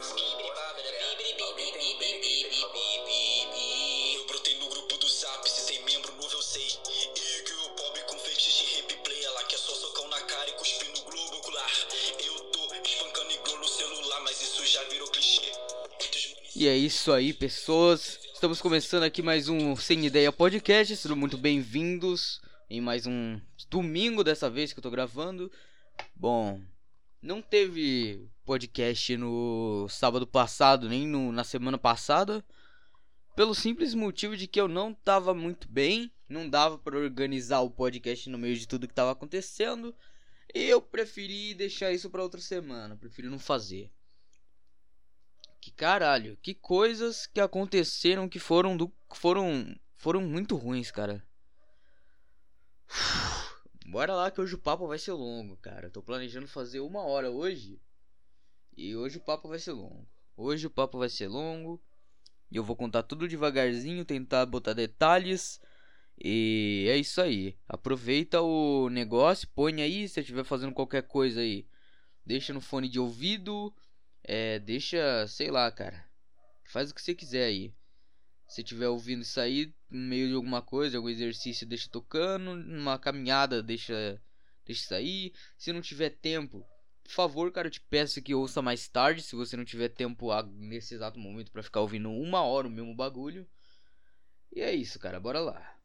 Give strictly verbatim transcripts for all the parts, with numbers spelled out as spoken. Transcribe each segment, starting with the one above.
Eu brotei no grupo do Zap, se tem membro novo eu sei. E que o pobre com fetiche de replay, ela quer só socão na cara e cuspir no globo ocular. Eu tô espancando igual no celular, mas isso já virou clichê. E é isso aí, pessoas. Estamos começando aqui mais um Sem Ideia Podcast. Sejam muito bem-vindos em mais um domingo dessa vez que eu tô gravando. Bom, não teve podcast no sábado passado, nem no, na semana passada, pelo simples motivo de que eu não tava muito bem. Não dava pra organizar o podcast no meio de tudo que tava acontecendo. E eu preferi deixar isso pra outra semana. Preferi não fazer. Que caralho, que coisas que aconteceram que foram do, foram foram muito ruins, cara. Bora lá que hoje o papo vai ser longo, cara. Tô planejando fazer uma hora hoje. E hoje o papo vai ser longo. Hoje o papo vai ser longo. E eu vou contar tudo devagarzinho, tentar botar detalhes. E é isso aí. Aproveita o negócio, põe aí, se estiver fazendo qualquer coisa aí. Deixa no fone de ouvido. É, deixa, sei lá, cara. Faz o que você quiser aí. Se tiver ouvindo isso aí, no meio de alguma coisa, algum exercício, deixa tocando. Numa caminhada, deixa, deixa isso aí. Se não tiver tempo, por favor, cara, eu te peço que ouça mais tarde. Se você não tiver tempo nesse exato momento pra ficar ouvindo uma hora o mesmo bagulho. E é isso, cara, bora lá.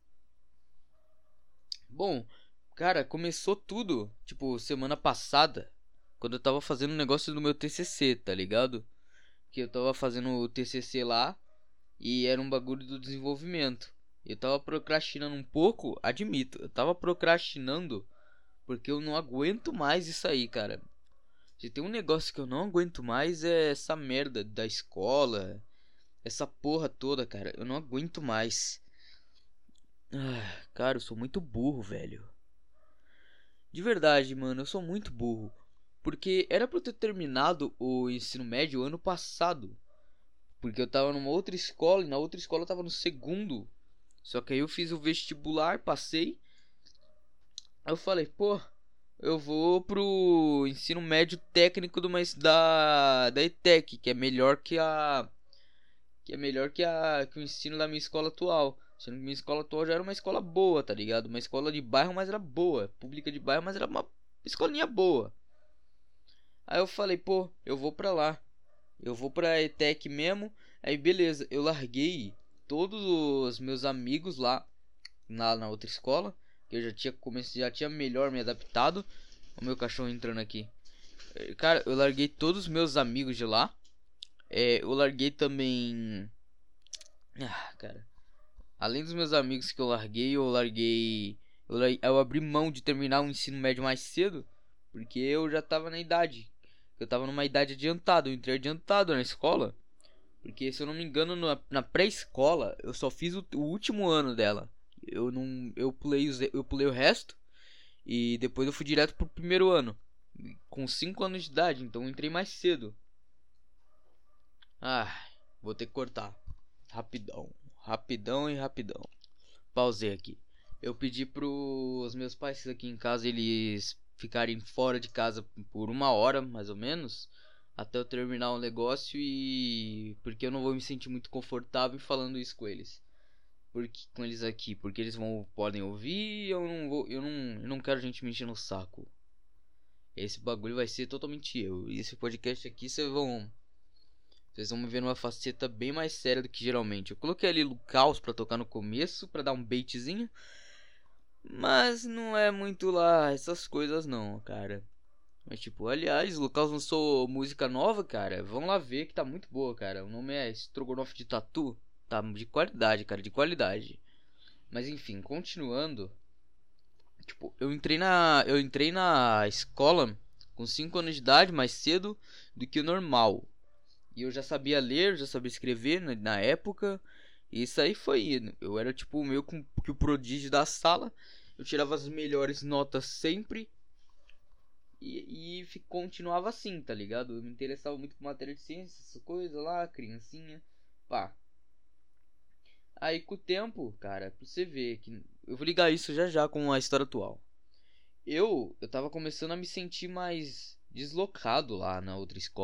Bom, cara, começou tudo, tipo, semana passada. Quando eu tava fazendo um negócio do meu T C C, tá ligado? Que eu tava fazendo o T C C lá. E era um bagulho do desenvolvimento. Eu tava procrastinando um pouco, admito. Eu tava procrastinando porque eu não aguento mais isso aí, cara. Se tem um negócio que eu não aguento mais é essa merda da escola. Essa porra toda, cara. Eu não aguento mais. Ah, cara, eu sou muito burro, velho. De verdade, mano, eu sou muito burro. Porque era pra eu ter terminado o ensino médio ano passado. Porque eu tava numa outra escola e na outra escola eu tava no segundo. Só que aí eu fiz o vestibular, passei. Aí eu falei, pô, eu vou pro ensino médio técnico de uma, da, da E T E C, que é melhor que a. Que é melhor que, a, que o ensino da minha escola atual. Sendo que minha escola atual já era uma escola boa, tá ligado? Uma escola de bairro, mas era boa. Pública de bairro, mas era uma escolinha boa. Aí eu falei, pô, eu vou pra lá. Eu vou pra E T E C mesmo. Aí beleza, eu larguei todos os meus amigos lá na, na outra escola. Que eu já tinha comecei, já tinha melhor me adaptado. O meu cachorro entrando aqui. Cara, eu larguei todos os meus amigos de lá. É, eu larguei também. Ah, cara. Além dos meus amigos que eu larguei, eu larguei. Eu, larguei, eu abri mão de terminar o ensino médio mais cedo. Porque eu já tava na idade. Eu tava numa idade adiantada. Eu entrei adiantado na escola. Porque se eu não me engano, na, na pré-escola eu só fiz o, o último ano dela. Eu não. Eu pulei, os, eu pulei o resto. E depois eu fui direto pro primeiro ano. Com cinco anos de idade. Então eu entrei mais cedo. Ah, vou ter que cortar. Rapidão. Rapidão e rapidão. Pausei aqui. Eu pedi pros meus pais aqui em casa eles ficarem fora de casa por uma hora, mais ou menos. Até eu terminar o negócio e... Porque eu não vou me sentir muito confortável falando isso com eles. Porque, com eles aqui. Porque eles vão, podem ouvir e eu não vou... Eu não, eu não quero gente me enchendo o saco. Esse bagulho vai ser totalmente eu. E esse podcast aqui vocês vão... Vocês vão me ver numa faceta bem mais séria do que geralmente. Eu coloquei ali o caos pra tocar no começo. Pra dar um baitzinho. Mas não é muito lá essas coisas não, cara. Mas tipo, aliás, o Lucas lançou música nova, cara. Vão lá ver que tá muito boa, cara. O nome é Strogonoff de Tatu. Tá de qualidade, cara, de qualidade. Mas enfim, continuando. Tipo, eu entrei na. Eu entrei na escola com cinco anos de idade, mais cedo do que o normal. E eu já sabia ler, já sabia escrever na, na época. E isso aí foi indo. Eu era tipo meio que o prodígio da sala. Eu tirava as melhores notas sempre. E, e continuava assim, tá ligado? Eu me interessava muito por matéria de ciência, essa coisa lá, criancinha, pá. Aí com o tempo, cara, pra você ver que... Eu vou ligar isso já já com a história atual. Eu, eu tava começando a me sentir mais deslocado lá na outra escola.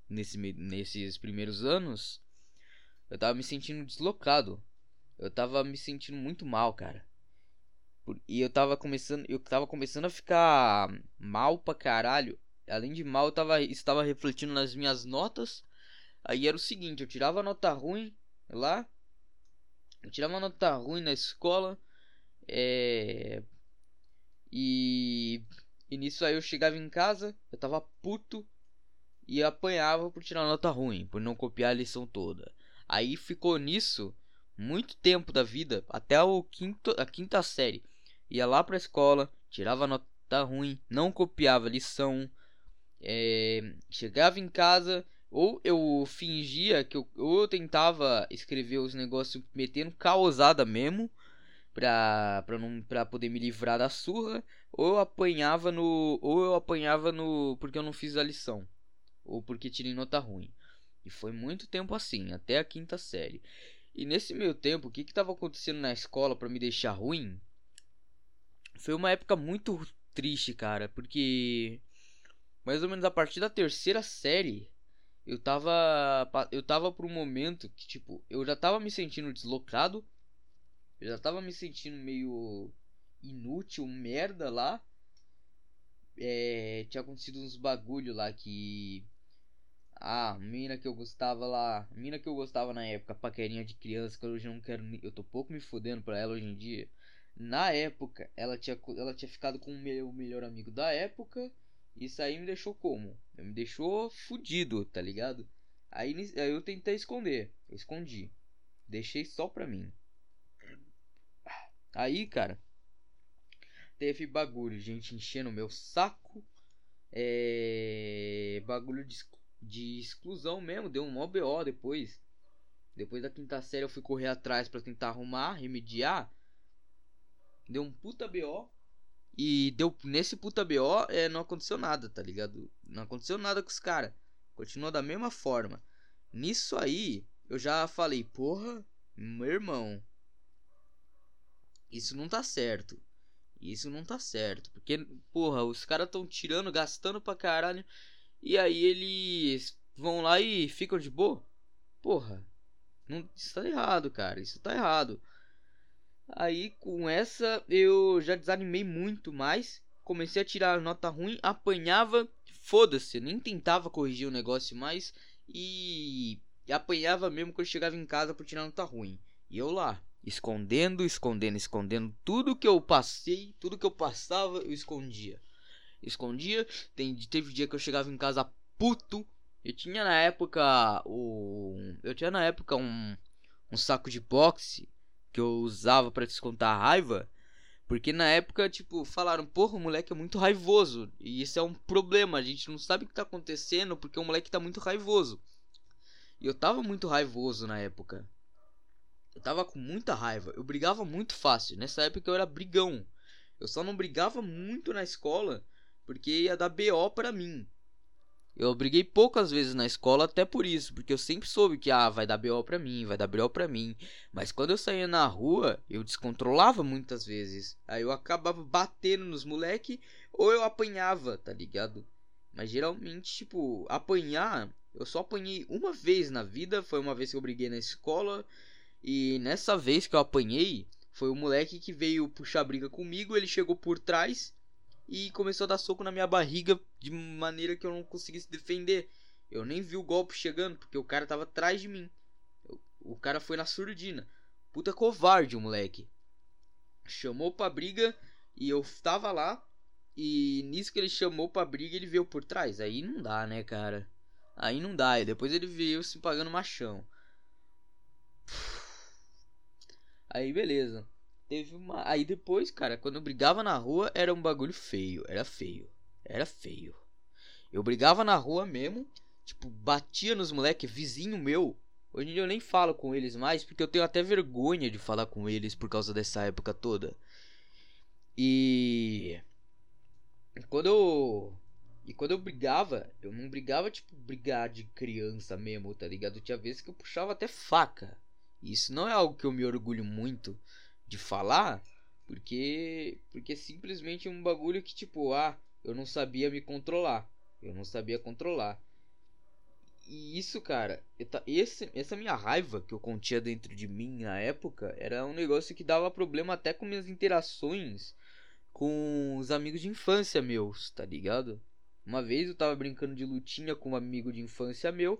nesse, nesses primeiros anos, eu tava me sentindo deslocado. Eu tava me sentindo muito mal, cara. E eu tava começando, eu tava começando a ficar mal pra caralho. Além de mal, eu tava, estava refletindo nas minhas notas. Aí era o seguinte, eu tirava nota ruim lá. Eu tirava nota ruim na escola. É... E... e nisso aí eu chegava em casa, eu tava puto. E apanhava por tirar nota ruim, por não copiar a lição toda. Aí ficou nisso muito tempo da vida, até o quinto, a quinta série. Ia lá pra escola, tirava nota ruim, não copiava a lição. É, chegava em casa, ou eu fingia que eu, ou eu tentava escrever os negócios metendo causada mesmo, pra, pra, não, pra poder me livrar da surra, ou eu apanhava no. Ou eu apanhava no. Porque eu não fiz a lição. Ou porque tirei nota ruim. E foi muito tempo assim, até a quinta série. E nesse meio tempo, o que estava acontecendo na escola para me deixar ruim? Foi uma época muito triste, cara, porque mais ou menos a partir da terceira série, eu tava eu tava por um momento que tipo, eu já tava me sentindo deslocado, eu já tava me sentindo meio inútil, merda lá. É, tinha acontecido uns bagulho lá que ah, mina que eu gostava lá, mina que eu gostava na época, paquerinha de criança, que hoje eu não quero, eu tô pouco me fodendo pra ela hoje em dia. Na época, ela tinha, ela tinha ficado com o meu melhor amigo da época. Isso aí me deixou como? Me deixou fudido, tá ligado? Aí, aí eu tentei esconder, eu escondi, deixei só pra mim. Aí, cara, teve bagulho, gente enchendo o meu saco. É... Bagulho de de exclusão mesmo, deu um mó B O depois. Depois da quinta série eu fui correr atrás pra tentar arrumar, remediar. Deu um puta B O. E deu nesse puta B O, é, não aconteceu nada, tá ligado? Não aconteceu nada com os caras. Continuou da mesma forma. Nisso aí, eu já falei, porra, meu irmão, isso não tá certo. Isso não tá certo. Porque, porra, os caras tão tirando, gastando pra caralho. E aí eles vão lá e ficam de boa. Porra, não, isso tá errado, cara. Isso tá errado. Aí com essa eu já desanimei muito mais. Comecei a tirar nota ruim, apanhava, foda-se, nem tentava corrigir o negócio mais. E, e apanhava mesmo quando chegava em casa por tirar nota ruim. E eu lá, escondendo, escondendo, escondendo tudo que eu passei, tudo que eu passava, eu escondia. Escondia. Tem, teve dia que eu chegava em casa puto. Eu tinha na época o eu tinha na época um um saco de boxe que eu usava pra descontar a raiva, porque na época tipo falaram, porra, o moleque é muito raivoso, e isso é um problema, a gente não sabe o que tá acontecendo porque o moleque tá muito raivoso. E eu tava muito raivoso na época. Eu tava com muita raiva, eu brigava muito fácil. Nessa época eu era brigão. Eu só não brigava muito na escola porque ia dar B O pra mim. Eu briguei poucas vezes na escola até por isso, porque eu sempre soube que ah, vai dar B O pra mim, vai dar B O pra mim. Mas quando eu saía na rua, eu descontrolava muitas vezes. Aí eu acabava batendo nos moleque ou eu apanhava, tá ligado? Mas geralmente, tipo, apanhar, eu só apanhei uma vez na vida, foi uma vez que eu briguei na escola. E nessa vez que eu apanhei, foi o moleque que veio puxar briga comigo, ele chegou por trás e começou a dar soco na minha barriga de maneira que eu não conseguisse defender. Eu nem vi o golpe chegando, porque o cara tava atrás de mim. Eu, o cara foi na surdina. Puta covarde o moleque. Chamou pra briga e eu tava lá. E nisso que ele chamou pra briga, ele veio por trás. Aí não dá, né, cara? Aí não dá. E depois ele veio se pagando machão. Aí beleza. Teve uma. Aí depois, cara, quando eu brigava na rua, era um bagulho feio. Era feio. Era feio. Eu brigava na rua mesmo. Tipo, batia nos moleques, vizinho meu. Hoje em dia eu nem falo com eles mais, porque eu tenho até vergonha de falar com eles por causa dessa época toda. E. Quando eu. E quando eu brigava, eu não brigava tipo brigar de criança mesmo, tá ligado? Tinha vezes que eu puxava até faca. E isso não é algo que eu me orgulho muito de falar, porque porque simplesmente é um bagulho que tipo, ah, eu não sabia me controlar. Eu não sabia controlar. e isso, cara, eu ta- esse, essa minha raiva que eu contia dentro de mim na época era um negócio que dava problema até com minhas interações com os amigos de infância meus, tá ligado? Uma vez eu tava brincando de lutinha com um amigo de infância meu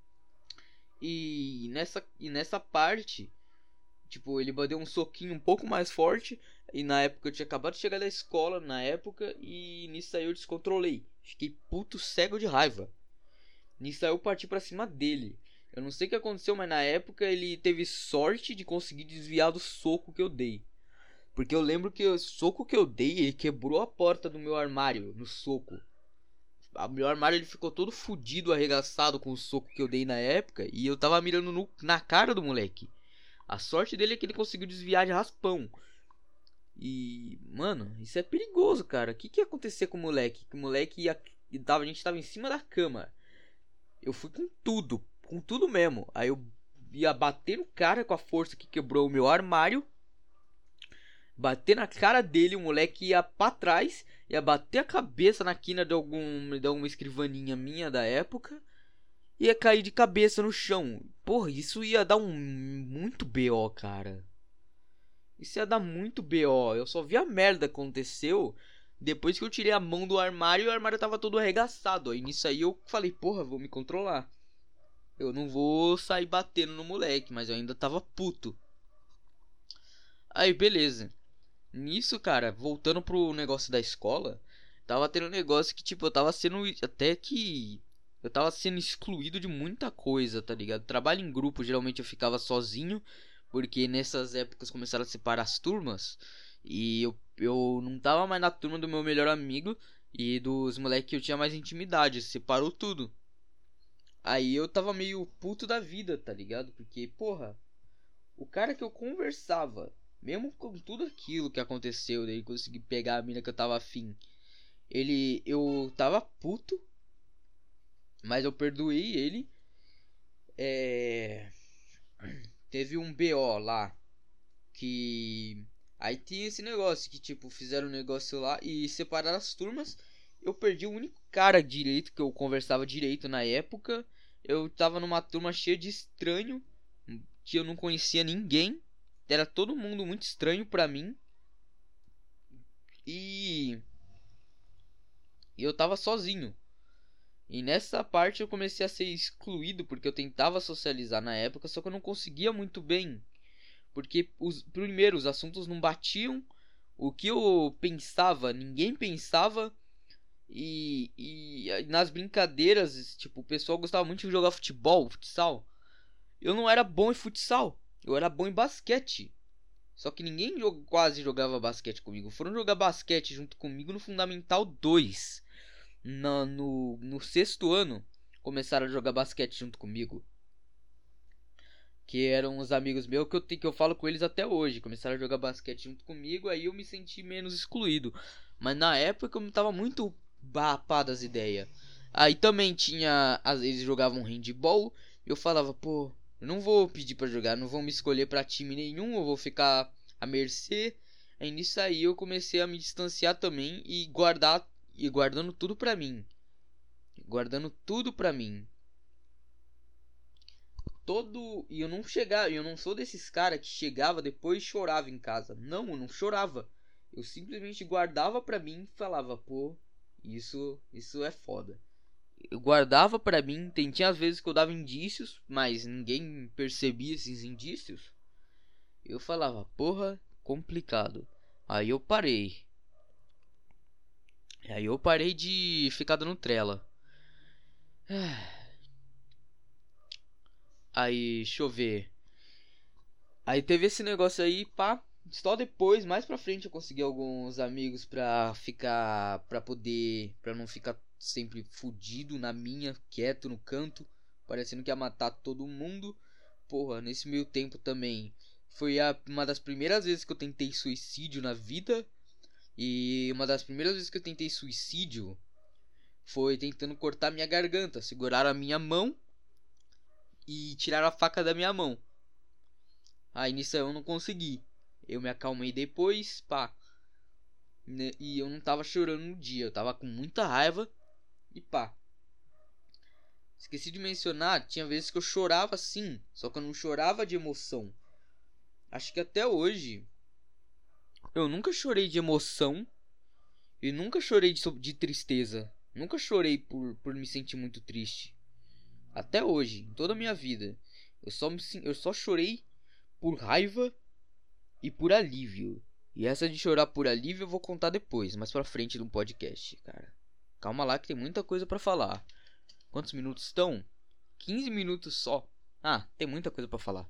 e nessa, e nessa parte, tipo, ele deu um soquinho um pouco mais forte e na época eu tinha acabado de chegar da escola na época e nisso aí eu descontrolei. Fiquei puto cego de raiva. Nisso aí eu parti pra cima dele. Eu não sei o que aconteceu, mas na época ele teve sorte de conseguir desviar do soco que eu dei. Porque eu lembro que o soco que eu dei, ele quebrou a porta do meu armário no soco. O meu armário ele ficou todo fudido, arregaçado com o soco que eu dei na época. E eu tava mirando no, na cara do moleque. A sorte dele é que ele conseguiu desviar de raspão. E, mano, isso é perigoso, cara. O que, que ia acontecer com o moleque? Que o moleque ia. Tava, a gente tava em cima da cama. Eu fui com tudo, com tudo mesmo. Aí eu ia bater no cara com a força que quebrou o meu armário. Bater na cara dele, o moleque ia pra trás. Ia bater a cabeça na quina de, algum, de alguma escrivaninha minha da época. Ia cair de cabeça no chão. Porra, isso ia dar um muito B O, cara. Isso ia dar muito B O. Eu só vi a merda que aconteceu depois que eu tirei a mão do armário e o armário tava todo arregaçado. Aí nisso aí eu falei, porra, vou me controlar. Eu não vou sair batendo no moleque, mas eu ainda tava puto. Aí beleza. Nisso, cara, voltando pro negócio da escola, tava tendo um negócio que, tipo, eu tava sendo até que. Eu tava sendo excluído de muita coisa, tá ligado? Trabalho em grupo, geralmente eu ficava sozinho, porque nessas épocas começaram a separar as turmas. E eu, eu não tava mais na turma do meu melhor amigo e dos moleques que eu tinha mais intimidade, separou tudo. Aí eu tava meio puto da vida, tá ligado? Porque, porra, o cara que eu conversava, mesmo com tudo aquilo que aconteceu, dele conseguir pegar a mina que eu tava afim, ele, eu tava puto, mas eu perdoei ele. É... Teve um B O lá que aí tinha esse negócio que tipo fizeram um negócio lá e separaram as turmas. Eu perdi o único cara direito que eu conversava direito na época. Eu tava numa turma cheia de estranho que eu não conhecia ninguém. Era todo mundo muito estranho pra mim. E eu tava sozinho. E nessa parte eu comecei a ser excluído porque eu tentava socializar na época, só que eu não conseguia muito bem. Porque os primeiro os assuntos não batiam. O que eu pensava, ninguém pensava. E, e nas brincadeiras, tipo, o pessoal gostava muito de jogar futebol, futsal. Eu não era bom em futsal, eu era bom em basquete. Só que ninguém jog- quase jogava basquete comigo. Foram jogar basquete junto comigo no Fundamental dois. Na, no, no sexto ano, começaram a jogar basquete junto comigo. Que eram os amigos meus que eu, te, que eu falo com eles até hoje. Começaram a jogar basquete junto comigo, aí eu me senti menos excluído. Mas na época eu tava muito bapado das ideias. Aí também tinha. Às vezes jogavam handball. E eu falava, pô, eu não vou pedir pra jogar, não vão me escolher pra time nenhum, eu vou ficar à mercê. Aí nisso aí eu comecei a me distanciar também e guardar. E guardando tudo pra mim. Guardando tudo pra mim. Todo e eu não chegava, eu não sou desses cara que chegava depois e chorava em casa. Não, eu não chorava. Eu simplesmente guardava pra mim e falava, pô, isso, isso é foda. Eu guardava pra mim, tem tinha às vezes que eu dava indícios, mas ninguém percebia esses indícios. Eu falava, porra, complicado. Aí eu parei. Aí eu parei de ficar dando trela. Aí, deixa eu ver. Aí teve esse negócio aí, pá. Só depois, mais pra frente, eu consegui alguns amigos pra ficar. Pra poder. Pra não ficar sempre fudido na minha, quieto no canto, parecendo que ia matar todo mundo. Porra, nesse meio tempo também. Foi a, uma das primeiras vezes que eu tentei suicídio na vida. E uma das primeiras vezes que eu tentei suicídio foi tentando cortar minha garganta. Seguraram a minha mão e tiraram a faca da minha mão. Aí nisso eu não consegui. Eu me acalmei depois, pá. Né, e eu não tava chorando no dia, eu tava com muita raiva e pá. Esqueci de mencionar, tinha vezes que eu chorava sim, só que eu não chorava de emoção. Acho que até hoje eu nunca chorei de emoção e nunca chorei de, de tristeza. Nunca chorei por, por me sentir muito triste. Até hoje, em toda a minha vida. Eu só, me, eu só chorei por raiva e por alívio. E essa de chorar por alívio eu vou contar depois, mais pra frente no podcast, cara. Calma lá que tem muita coisa pra falar. Quantos minutos estão? quinze minutos só. Ah, tem muita coisa pra falar.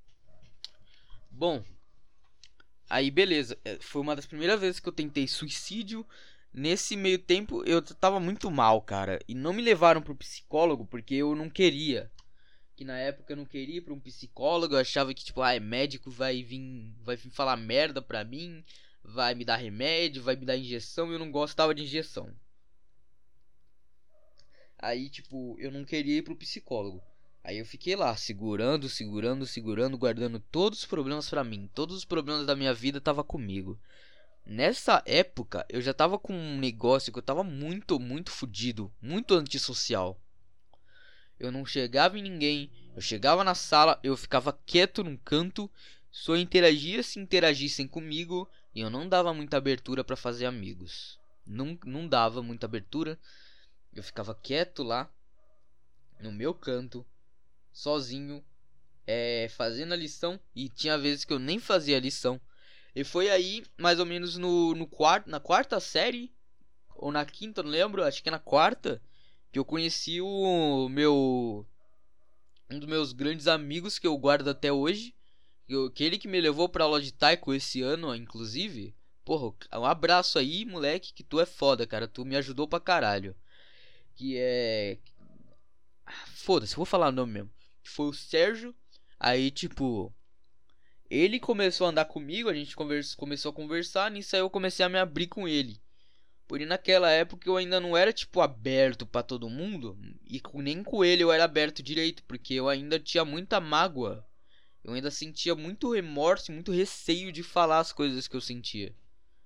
Bom, aí beleza. Foi uma das primeiras vezes que eu tentei suicídio. Nesse meio tempo eu tava muito mal, cara. E não me levaram pro psicólogo porque eu não queria. Que na época eu não queria ir pra um psicólogo. Eu achava que tipo, ah, médico vai vir, vai vir falar merda pra mim. Vai me dar remédio, vai me dar injeção. E eu não gostava de injeção. Aí tipo, eu não queria ir pro psicólogo. Aí eu fiquei lá, segurando, segurando, segurando, guardando todos os problemas pra mim. Todos os problemas da minha vida tava comigo. Nessa época, eu já tava com um negócio que eu tava muito, muito fudido. Muito antissocial. Eu não chegava em ninguém. Eu chegava na sala, eu ficava quieto num canto. Só interagia se interagissem comigo. E eu não dava muita abertura pra fazer amigos. Não, não dava muita abertura. Eu ficava quieto lá, no meu canto, sozinho, é, fazendo a lição. E tinha vezes que eu nem fazia a lição. E foi aí, mais ou menos no, no quarto, na quarta série, ou na quinta, não lembro, acho que é na quarta, que eu conheci o meu... Um dos meus grandes amigos que eu guardo até hoje. Eu, aquele que me levou pra aula de taiko esse ano, inclusive. Porra, um abraço aí, moleque, que tu é foda, cara. Tu me ajudou pra caralho. Que é... Foda-se, vou falar o nome mesmo. Foi o Sérgio. Aí, tipo... Ele começou a andar comigo, a gente conversa, começou a conversar. Nisso aí eu comecei a me abrir com ele. Porém naquela época eu ainda não era, tipo, aberto pra todo mundo. E nem com ele eu era aberto direito. Porque eu ainda tinha muita mágoa. Eu ainda sentia muito remorso e muito receio de falar as coisas que eu sentia.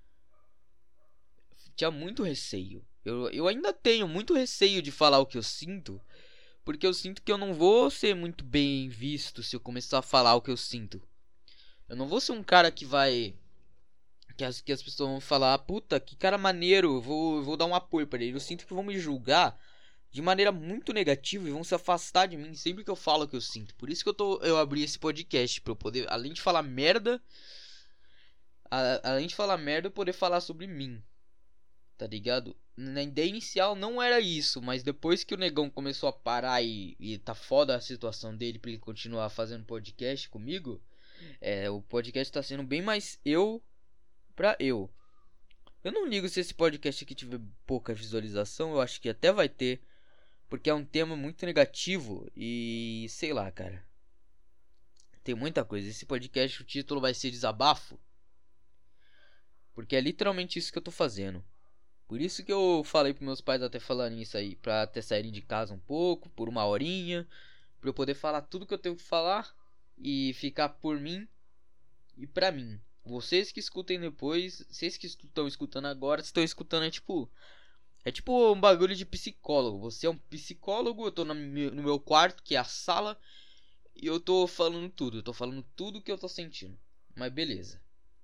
Tinha muito receio. Eu, eu ainda tenho muito receio de falar o que eu sinto. Porque eu sinto que eu não vou ser muito bem visto se eu começar a falar o que eu sinto. Eu não vou ser um cara que vai... Que as, que as pessoas vão falar, puta, que cara maneiro, eu vou, eu vou dar um apoio pra ele. Eu sinto que vão me julgar de maneira muito negativa e vão se afastar de mim sempre que eu falo o que eu sinto. Por isso que eu, tô, eu abri esse podcast, pra eu poder, além de falar merda, a, além de falar merda, eu poder falar sobre mim. Tá ligado? Na ideia inicial não era isso, mas depois que o negão começou a parar e, e tá foda a situação dele pra ele continuar fazendo podcast comigo, é, o podcast tá sendo bem mais eu pra eu. Eu não ligo se esse podcast aqui tiver pouca visualização, eu acho que até vai ter, porque é um tema muito negativo e sei lá, cara. Tem muita coisa. Esse podcast, o título vai ser Desabafo, porque é literalmente isso que eu tô fazendo. Por isso que eu falei pros meus pais até falarem isso aí, pra até saírem de casa um pouco, por uma horinha, pra eu poder falar tudo que eu tenho que falar e ficar por mim e pra mim. Vocês que escutem depois, vocês que estão escutando agora, estão escutando, é tipo... É tipo um bagulho de psicólogo. Você é um psicólogo, eu tô no meu quarto, que é a sala, e eu tô falando tudo. Eu tô falando tudo que eu tô sentindo. Mas beleza.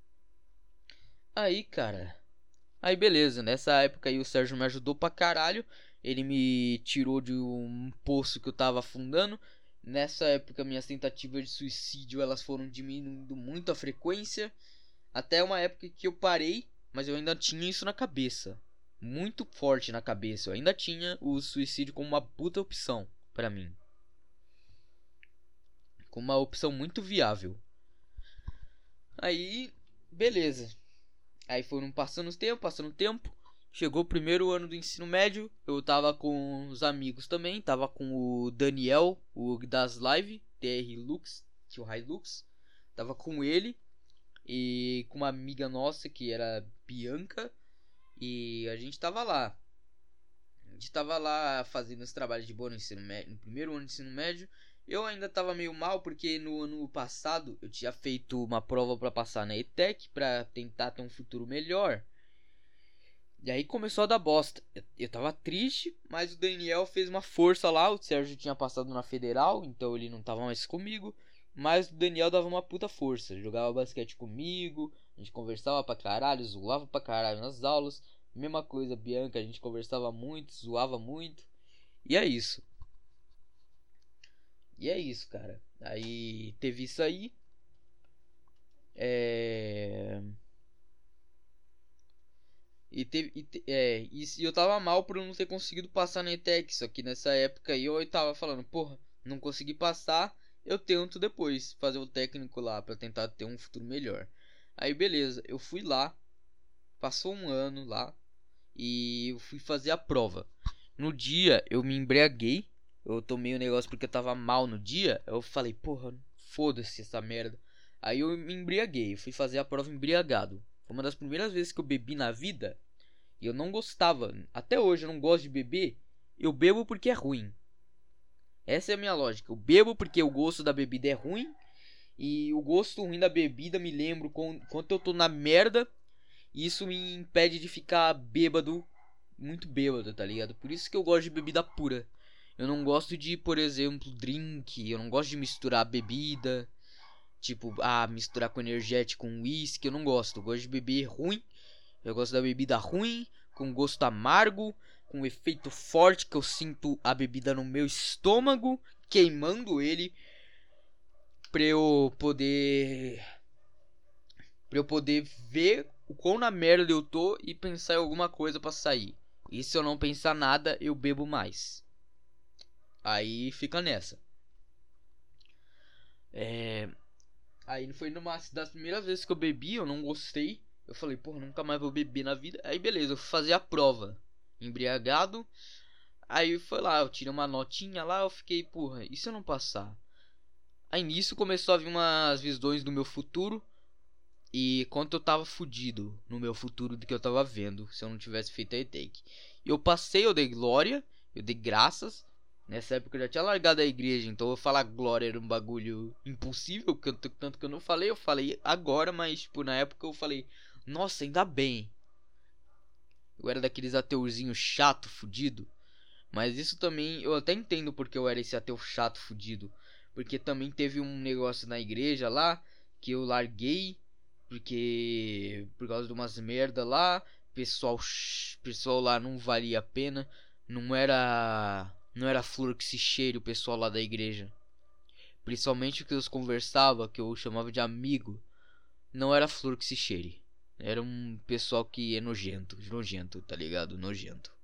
Aí, cara... Aí beleza, nessa época aí o Sérgio me ajudou pra caralho. Ele me tirou de um poço que eu tava afundando. Nessa época minhas tentativas de suicídio elas foram diminuindo muito a frequência. Até uma época que eu parei, mas eu ainda tinha isso na cabeça. Muito forte na cabeça. Eu ainda tinha o suicídio como uma puta opção pra mim. Como uma opção muito viável. Aí, beleza. Aí foram passando o tempo, passando o tempo. Chegou o primeiro ano do ensino médio. Eu tava com os amigos também. Tava com o Daniel, o das live, T R Lux, tio Hilux. Tava com ele. E com uma amiga nossa que era Bianca. E a gente tava lá. A gente tava lá fazendo esse trabalho de boa no ensino médio, no primeiro ano do ensino médio. Eu ainda tava meio mal porque no ano passado eu tinha feito uma prova para passar na E T E C para tentar ter um futuro melhor. E aí começou a dar bosta. Eu, eu tava triste, mas o Daniel fez uma força lá. O Sérgio tinha passado na Federal, então ele não tava mais comigo. Mas o Daniel dava uma puta força. Jogava basquete comigo, a gente conversava pra caralho, zoava pra caralho nas aulas. Mesma coisa, Bianca, a gente conversava muito, zoava muito. E é isso. E é isso, cara. Aí teve isso aí. É... E, teve, e, te, é, e eu tava mal por eu não ter conseguido passar na ETEC. Só que nessa época aí eu tava falando, porra, não consegui passar, eu tento depois fazer o técnico lá pra tentar ter um futuro melhor. Aí beleza, eu fui lá, passou um ano lá e eu fui fazer a prova. No dia eu me embriaguei, eu tomei o um negócio porque eu tava mal no dia. Eu falei, porra, foda-se essa merda. Aí eu me embriaguei, fui fazer a prova embriagado. Foi uma das primeiras vezes que eu bebi na vida. E eu não gostava. Até hoje eu não gosto de beber. Eu bebo porque é ruim. Essa é a minha lógica. Eu bebo porque o gosto da bebida é ruim. E o gosto ruim da bebida me lembra quanto eu tô na merda. E isso me impede de ficar bêbado. Muito bêbado, tá ligado? Por isso que eu gosto de bebida pura. Eu não gosto de, por exemplo, drink. Eu não gosto de misturar bebida. Tipo, ah, misturar com energético, com uísque, eu não gosto. Eu gosto de beber ruim. Eu gosto da bebida ruim, com gosto amargo, com efeito forte que eu sinto a bebida no meu estômago, queimando ele, pra eu poder pra eu poder ver o quão na merda eu tô e pensar em alguma coisa pra sair. E se eu não pensar nada, eu bebo mais. Aí fica nessa. É... Aí foi numa das primeiras vezes que eu bebi, eu não gostei. Eu falei, porra, nunca mais vou beber na vida. Aí beleza, eu fui fazer a prova, embriagado. Aí foi lá, eu tirei uma notinha lá, eu fiquei, porra, e se eu não passar? Aí nisso começou a vir umas visões do meu futuro. E quanto eu tava fudido no meu futuro do que eu tava vendo, se eu não tivesse feito a ETEC. Eu passei, eu dei glória, eu dei graças. Nessa época eu já tinha largado a igreja, então eu falar glória era um bagulho impossível, porque eu, tanto que eu não falei, eu falei agora, mas tipo, na época eu falei, nossa, ainda bem. Eu era daqueles ateuzinho chato, fudido. Mas isso também, eu até entendo porque eu era esse ateu chato, fudido. Porque também teve um negócio na igreja lá, que eu larguei, porque por causa de umas merda lá, pessoal, pessoal lá não valia a pena, não era... Não era flor que se cheire o pessoal lá da igreja. Principalmente o que eu conversava, que eu chamava de amigo. Não era flor que se cheire. Era um pessoal que é nojento. Nojento, tá ligado? Nojento.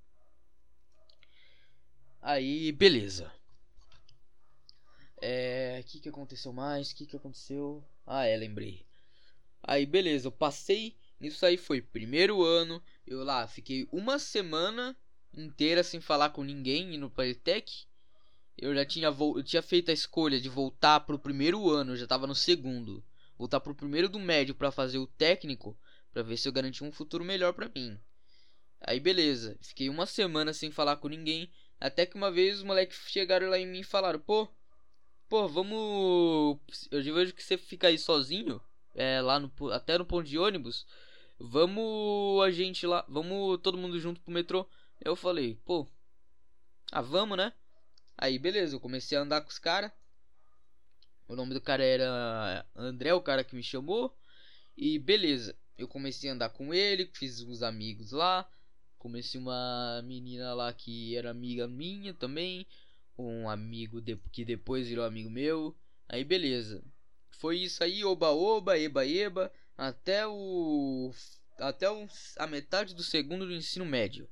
Aí, beleza. É... O que que aconteceu mais? O que que aconteceu? Ah, é, lembrei. Aí, beleza. Eu passei. Isso aí foi primeiro ano. Eu lá fiquei uma semana inteira sem falar com ninguém indo pra ETEC. Eu já tinha, vo eu tinha feito a escolha de voltar pro primeiro ano, eu já tava no segundo. Voltar pro primeiro do médio pra fazer o técnico, pra ver se eu garantia um futuro melhor pra mim. Aí beleza, fiquei uma semana sem falar com ninguém, até que uma vez os moleques chegaram lá em mim e falaram, pô, pô, vamos... Eu vejo que você fica aí sozinho, é, lá no, até no ponto de ônibus. Vamos a gente lá, vamos todo mundo junto pro metrô. Eu falei, pô, ah, vamos, né? Aí, beleza, eu comecei a andar com os caras. O nome do cara era André, o cara que me chamou. E beleza, eu comecei a andar com ele, fiz uns amigos lá. Comecei uma menina lá que era amiga minha também. Um amigo de, que depois virou amigo meu. Aí, beleza. Foi isso aí, oba-oba, eba-eba. Até o... Até o, a metade do segundo do ensino médio.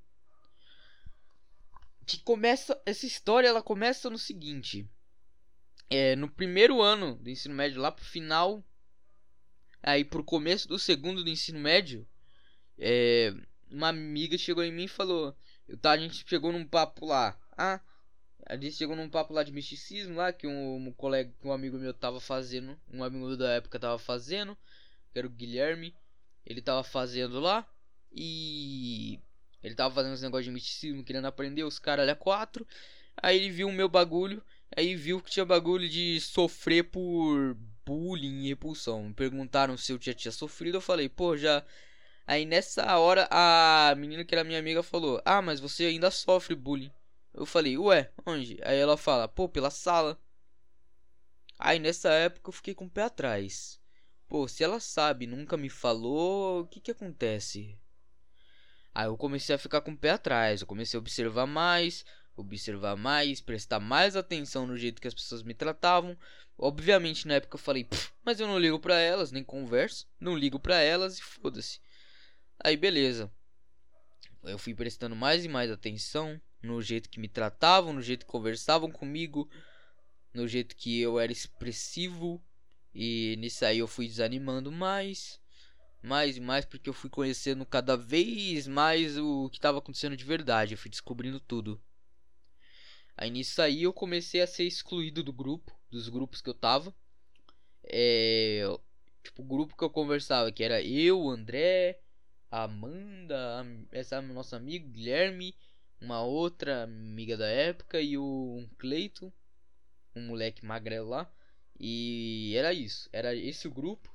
Que começa essa história, ela começa no seguinte, é, no primeiro ano do ensino médio, lá pro final, aí pro começo do segundo do ensino médio, é, uma amiga chegou em mim e falou, eu, tá, a gente chegou num papo lá, ah, a gente chegou num papo lá de misticismo lá, que um, um colega, um amigo meu tava fazendo, um amigo meu da época tava fazendo, que era o Guilherme, ele tava fazendo lá, e... Ele tava fazendo uns negócios de misticismo, querendo aprender os caras a quatro. Aí ele viu o meu bagulho. Aí viu que tinha bagulho de sofrer por bullying e repulsão. Me perguntaram se eu já tinha sofrido. Eu falei, pô, já. Aí nessa hora a menina que era minha amiga falou: "Ah, mas você ainda sofre bullying." Eu falei: "Ué, onde?" Aí ela fala: "Pô, pela sala." Aí nessa época eu fiquei com o pé atrás. Pô, se ela sabe, nunca me falou, o que que acontece? Aí eu comecei a ficar com o pé atrás. Eu comecei a observar mais, observar mais, prestar mais atenção no jeito que as pessoas me tratavam. Obviamente na época eu falei: "Pff, mas eu não ligo pra elas, nem converso, não ligo pra elas e foda-se." Aí beleza. Eu fui prestando mais e mais atenção no jeito que me tratavam, no jeito que conversavam comigo, no jeito que eu era expressivo. E nisso aí eu fui desanimando mais, mais e mais, porque eu fui conhecendo cada vez mais o que estava acontecendo de verdade. Eu fui descobrindo tudo. Aí nisso aí eu comecei a ser excluído do grupo, dos grupos que eu tava. É, tipo, o grupo que eu conversava, que era eu, o André, a Amanda, a- essa nossa amigo Guilherme, uma outra amiga da época e o um Cleito, um moleque magrelo lá. E era isso, era esse o grupo.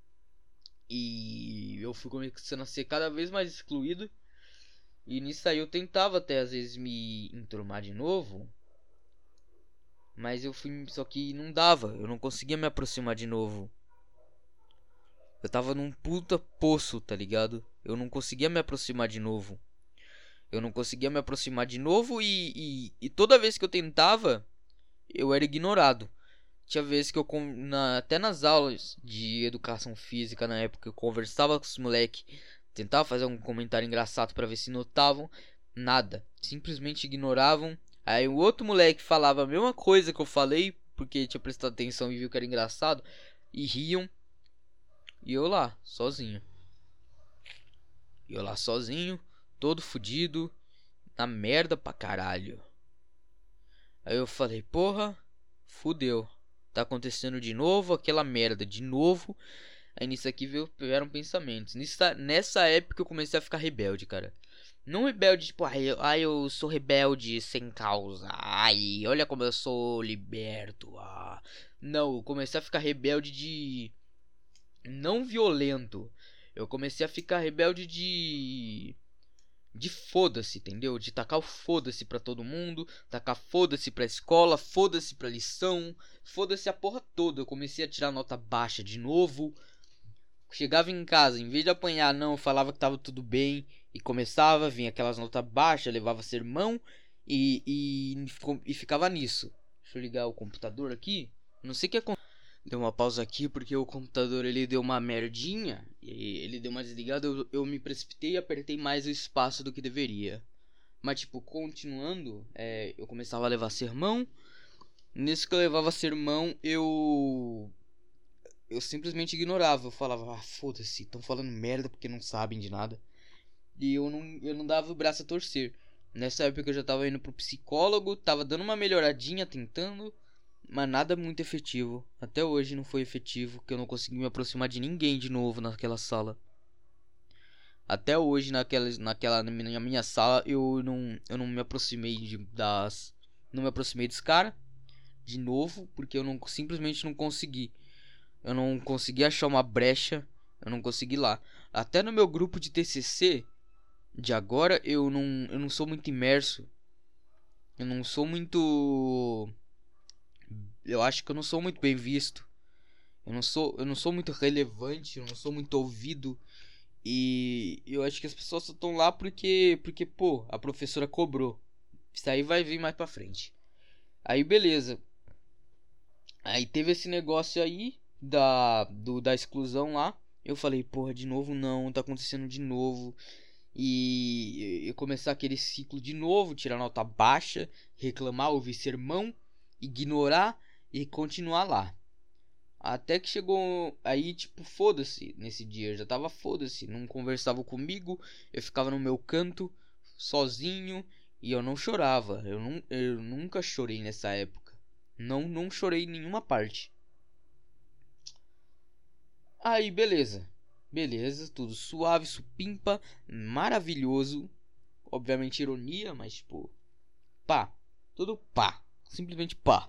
E eu fui começando a ser cada vez mais excluído. E nisso aí eu tentava até às vezes me enturmar de novo, mas eu fui, só que não dava, eu não conseguia me aproximar de novo. Eu tava num puta poço, tá ligado? Eu não conseguia me aproximar de novo. Eu não conseguia me aproximar de novo e, e, e toda vez que eu tentava, eu era ignorado. Tinha vezes que eu, na, até nas aulas de educação física na época, eu conversava com os moleques, tentava fazer um comentário engraçado pra ver se notavam. Nada, simplesmente ignoravam. Aí o outro moleque falava a mesma coisa que eu falei, porque tinha prestado atenção e viu que era engraçado, e riam. E eu lá, sozinho. E eu lá sozinho, todo fudido, na merda pra caralho. Aí eu falei: "Porra, fudeu. Tá acontecendo de novo aquela merda, de novo." Aí nisso aqui veio, vieram pensamentos. Nessa, nessa época eu comecei a ficar rebelde, cara. Não rebelde, tipo, ai eu, ai, eu sou rebelde sem causa. Ai, olha como eu sou liberto. Ah. Não, eu comecei a ficar rebelde de... Não violento. Eu comecei a ficar rebelde de... De foda-se, entendeu? De tacar o foda-se pra todo mundo, tacar foda-se pra escola, foda-se pra lição, foda-se a porra toda. Eu comecei a tirar nota baixa de novo. Chegava em casa, em vez de apanhar, não, eu falava que tava tudo bem. E começava, vinha aquelas notas baixas, levava sermão e, e, e ficava nisso. Deixa eu ligar o computador aqui. Não sei o que aconteceu. Deu uma pausa aqui porque o computador ele deu uma merdinha. E ele deu uma desligada. Eu, eu me precipitei e apertei mais o espaço do que deveria. Mas tipo, continuando, é, eu começava a levar sermão. Nisso que eu levava sermão, eu... Eu simplesmente ignorava. Eu falava: "Ah, foda-se, estão falando merda porque não sabem de nada." E eu não, eu não dava o braço a torcer. Nessa época eu já tava indo pro psicólogo. Tava dando uma melhoradinha, tentando, mas nada muito efetivo. Até hoje não foi efetivo, que eu não consegui me aproximar de ninguém de novo naquela sala. Até hoje naquela, naquela na minha, minha sala eu não, eu não me aproximei de, das... Não me aproximei dos caras de novo, porque eu não, simplesmente não consegui. Eu não consegui achar uma brecha. Eu não consegui lá. Até no meu grupo de T C C de agora eu não, eu não sou muito imerso. Eu não sou muito... Eu acho que eu não sou muito bem visto. Eu não sou, eu não sou muito relevante, eu não sou muito ouvido. E eu acho que as pessoas só estão lá porque, porque, pô, a professora cobrou. Isso aí vai vir mais pra frente. Aí beleza. Aí teve esse negócio aí da, do, da exclusão lá. Eu falei: "Porra, de novo não, tá acontecendo de novo." E eu começar aquele ciclo de novo, tirar nota baixa, reclamar, ouvir sermão, ignorar e continuar lá. Até que chegou aí, tipo, foda-se. Nesse dia eu já tava foda-se, não conversava comigo, eu ficava no meu canto, sozinho, e eu não chorava. Eu, não, eu nunca chorei nessa época. Não, não chorei em nenhuma parte. Aí, beleza. Beleza, tudo suave, supimpa, maravilhoso. Obviamente ironia, mas tipo, pá. Tudo pá. Simplesmente pá.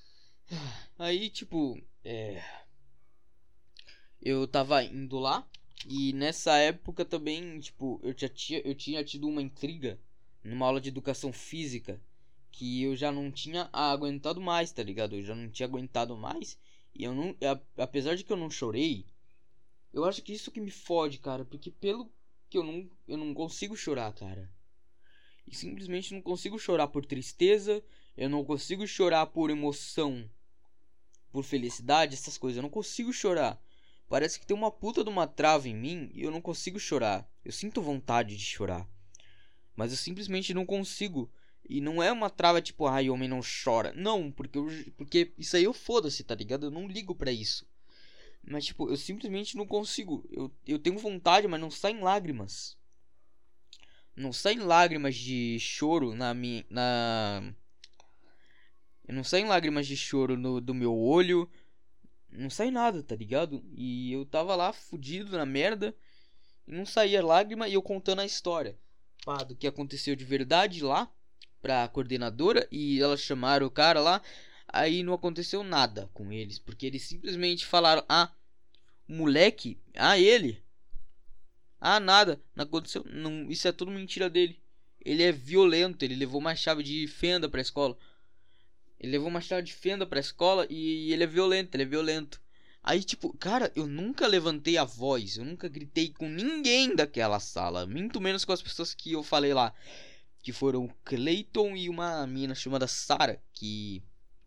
Aí, tipo, é... eu tava indo lá. E nessa época também, tipo, eu já tinha, eu tinha tido uma intriga numa aula de educação física que eu já não tinha aguentado mais, tá ligado? Eu já não tinha aguentado mais. E eu não, a- apesar de que eu não chorei, eu acho que isso que me fode, cara, porque pelo que eu não, eu não consigo chorar, cara. E simplesmente não consigo chorar por tristeza, eu não consigo chorar por emoção, por felicidade, essas coisas. Eu não consigo chorar. Parece que tem uma puta de uma trava em mim e eu não consigo chorar. Eu sinto vontade de chorar, mas eu simplesmente não consigo. E não é uma trava tipo, ai, homem não chora. Não, porque eu, porque isso aí eu foda-se, tá ligado? Eu não ligo pra isso. Mas tipo, eu simplesmente não consigo. Eu, eu tenho vontade, mas não saem lágrimas. Não saem lágrimas de choro na minha na não saem lágrimas de choro no, do meu olho. Não sai nada, tá ligado? E eu tava lá fudido na merda. E não saía lágrima e eu contando a história, pá, do que aconteceu de verdade lá pra coordenadora. E elas chamaram o cara lá. Aí não aconteceu nada com eles. Porque eles simplesmente falaram: ah, moleque, ah, ele. Ah, nada, não aconteceu. Não, isso é tudo mentira dele. Ele é violento, ele levou uma chave de fenda pra escola. Ele levou uma chave de fenda pra escola e ele é violento, ele é violento. Aí, tipo, cara, eu nunca levantei a voz, eu nunca gritei com ninguém daquela sala. Muito menos com as pessoas que eu falei lá. Que foram o Clayton e uma mina chamada Sarah. Que.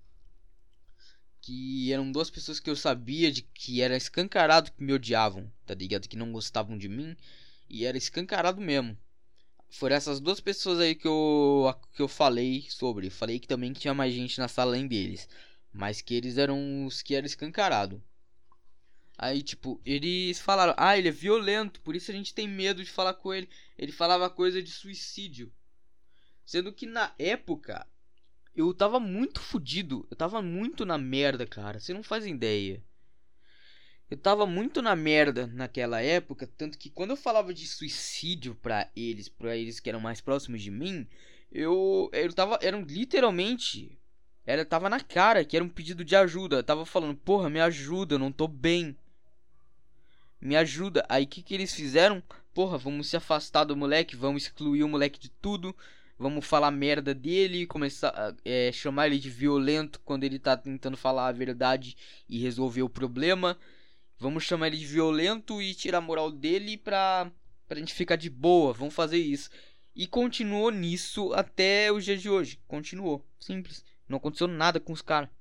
Que eram duas pessoas que eu sabia de que era escancarado que me odiavam, tá ligado? Que não gostavam de mim. E era escancarado mesmo. Foram essas duas pessoas aí que eu, que eu falei sobre. Falei que também que tinha mais gente na sala além deles. Mas que eles eram os que eram escancarado. Aí, tipo, eles falaram: ah, ele é violento, por isso a gente tem medo de falar com ele. Ele falava coisa de suicídio. Sendo que na época, eu tava muito fudido. Eu tava muito na merda, cara. Você não faz ideia. Eu tava muito na merda naquela época, tanto que quando eu falava de suicídio pra eles, pra eles que eram mais próximos de mim, eu, eu tava, eram literalmente, era, tava na cara que era um pedido de ajuda. Eu tava falando: porra, me ajuda, eu não tô bem, me ajuda. Aí que que eles fizeram? Porra, vamos se afastar do moleque, vamos excluir o moleque de tudo, vamos falar merda dele, começar a é, chamar ele de violento quando ele tá tentando falar a verdade e resolver o problema. Vamos chamar ele de violento e tirar a moral dele pra, pra gente ficar de boa. Vamos fazer isso. E continuou nisso até os dias de hoje. Continuou. Simples. Não aconteceu nada com os caras.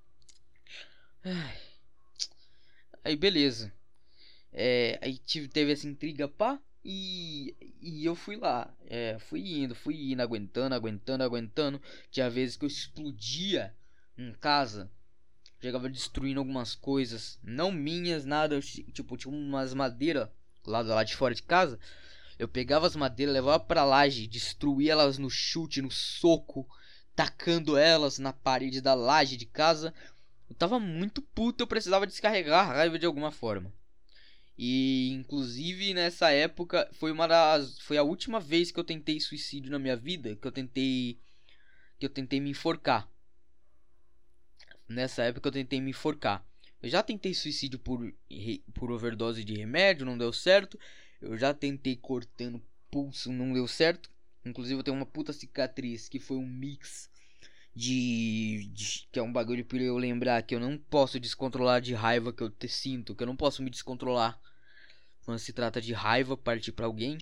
Aí beleza. É, aí tive, teve essa intriga, pá. E, e eu fui lá. É, fui indo, fui indo, aguentando, aguentando, aguentando. Tinha vezes que eu explodia em casa. Chegava destruindo algumas coisas, não minhas, nada. Eu, tipo, tinha umas madeiras lá, lá de fora de casa. Eu pegava as madeiras, levava pra laje, destruía elas no chute, no soco, tacando elas na parede da laje de casa. Eu tava muito puto, eu precisava descarregar a raiva de alguma forma. E inclusive nessa época foi uma das, foi a última vez que eu tentei suicídio na minha vida, que eu tentei que eu tentei me enforcar. Nessa época eu tentei me enforcar. Eu já tentei suicídio por, por overdose de remédio, não deu certo. Eu já tentei cortando pulso, não deu certo. Inclusive eu tenho uma puta cicatriz que foi um mix de, de que é um bagulho pra eu lembrar que eu não posso descontrolar de raiva que eu te sinto, que eu não posso me descontrolar quando se trata de raiva partir pra alguém.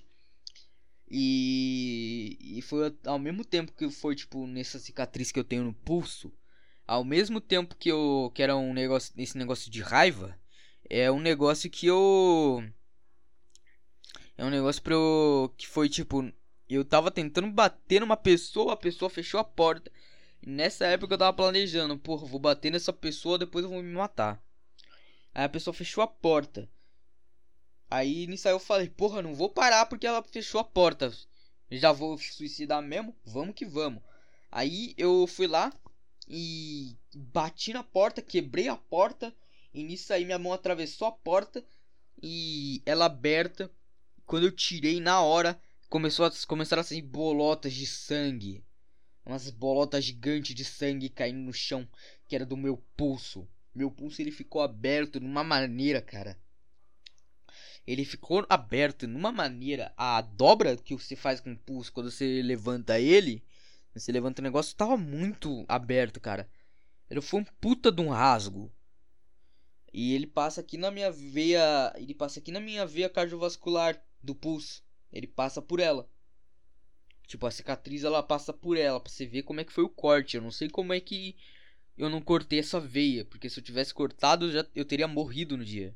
E, e foi ao mesmo tempo que foi tipo nessa cicatriz que eu tenho no pulso. Ao mesmo tempo que eu que era um negócio, esse negócio de raiva, é um negócio que eu é um negócio pra eu que foi tipo, eu tava tentando bater numa pessoa, a pessoa fechou a porta. E nessa época eu tava planejando, porra, vou bater nessa pessoa, depois eu vou me matar. Aí a pessoa fechou a porta. Aí nisso aí eu falei: porra, não vou parar porque ela fechou a porta. Já vou suicidar mesmo? Vamos que vamos. Aí eu fui lá e bati na porta, quebrei a porta. E nisso aí minha mão atravessou a porta e ela aberta. Quando eu tirei na hora, começou a, começaram a sair bolotas de sangue. Umas bolotas gigantes de sangue caindo no chão, que era do meu pulso. Meu pulso ele ficou aberto de uma maneira, cara. ele ficou aberto numa maneira. A dobra que você faz com o pulso quando você levanta ele, você levanta o negócio, tava muito aberto, cara. Ele foi um puta de um rasgo. E ele passa aqui na minha veia, ele passa aqui na minha veia cardiovascular do pulso. Ele passa por ela. Tipo, a cicatriz ela passa por ela, pra você ver como é que foi o corte. Eu não sei como é que eu não cortei essa veia, porque se eu tivesse cortado, eu, já, eu teria morrido no dia.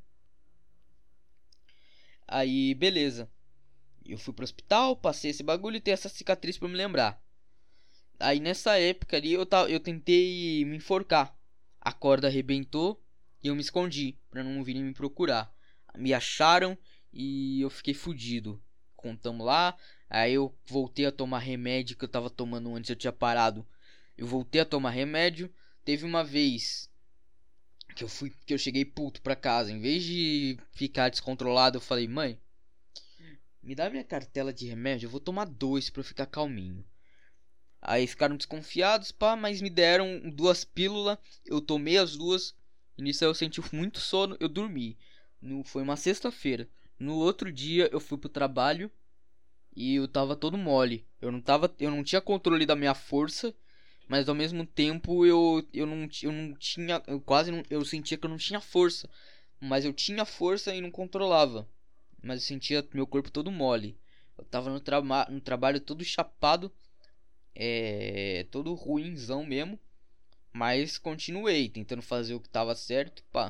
Aí, beleza. Eu fui pro hospital, passei esse bagulho e tenho essa cicatriz pra me lembrar. Aí nessa época ali eu, ta- eu tentei me enforcar. A corda arrebentou e eu me escondi pra não virem me procurar. Me acharam e eu fiquei fudido. Contamos lá. Aí eu voltei a tomar remédio que eu tava tomando antes, eu tinha parado. Eu voltei a tomar remédio. Teve uma vez que eu fui, que eu cheguei puto pra casa. Em vez de ficar descontrolado, eu falei: mãe, me dá minha cartela de remédio, eu vou tomar dois pra eu ficar calminho. Aí ficaram desconfiados, pá, mas me deram duas pílulas. Eu tomei as duas. E nisso eu senti muito sono, eu dormi. No, foi uma sexta-feira. No outro dia eu fui pro trabalho e eu tava todo mole. Eu não tava, eu não tinha controle da minha força, mas ao mesmo tempo eu, eu não, eu não tinha, eu quase não, eu sentia que eu não tinha força, mas eu tinha força e não controlava. Mas eu sentia meu corpo todo mole. Eu tava no, traba no trabalho todo chapado, é, todo ruinzão mesmo, mas continuei tentando fazer o que tava certo, pá.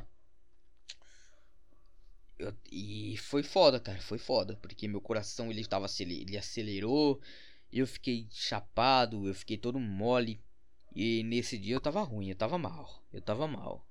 Eu, e foi foda, cara, foi foda, porque meu coração ele tava ele acelerou, eu fiquei chapado, eu fiquei todo mole. E nesse dia eu tava ruim, eu tava mal, eu tava mal.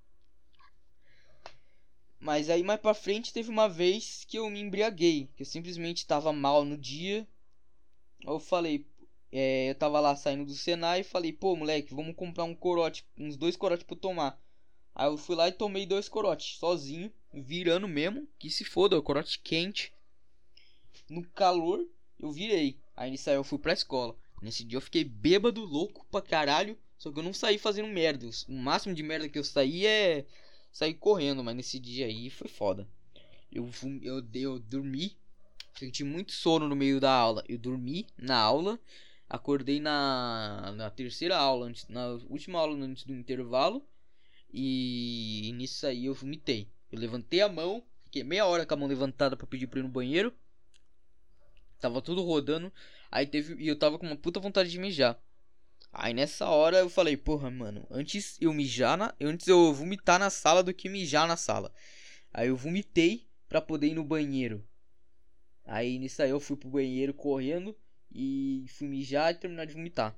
Mas aí mais pra frente teve uma vez que eu me embriaguei, que eu simplesmente tava mal no dia. Eu falei, é, eu tava lá saindo do Senai e falei: pô, moleque, vamos comprar um corote, uns dois corotes pra eu tomar. Aí eu fui lá e tomei dois corotes, sozinho, virando mesmo, que se foda, o corote quente. No calor, eu virei. Aí nisso aí eu fui pra escola. Nesse dia eu fiquei bêbado, louco pra caralho. Só que eu não saí fazendo merda. O máximo de merda que eu saí é sair correndo. Mas nesse dia aí foi foda. Eu, eu, eu dormi. Senti muito sono no meio da aula. Eu dormi na aula. Acordei na, na terceira aula, antes, na última aula antes do intervalo. E, e nisso aí eu vomitei. Eu levantei a mão. Fiquei meia hora com a mão levantada pra pedir pra ir no banheiro. Tava tudo rodando. Aí teve. E eu tava com uma puta vontade de mijar. Aí nessa hora eu falei: porra, mano, antes eu mijar na. Antes eu vomitar na sala do que mijar na sala. Aí eu vomitei pra poder ir no banheiro. Aí nisso aí eu fui pro banheiro correndo. E fui mijar e terminar de vomitar.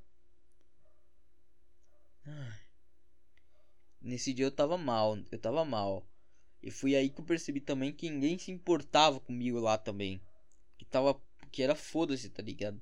Nesse dia eu tava mal. Eu tava mal. E foi aí que eu percebi também que ninguém se importava comigo lá também. Que tava. Que era foda-se, tá ligado?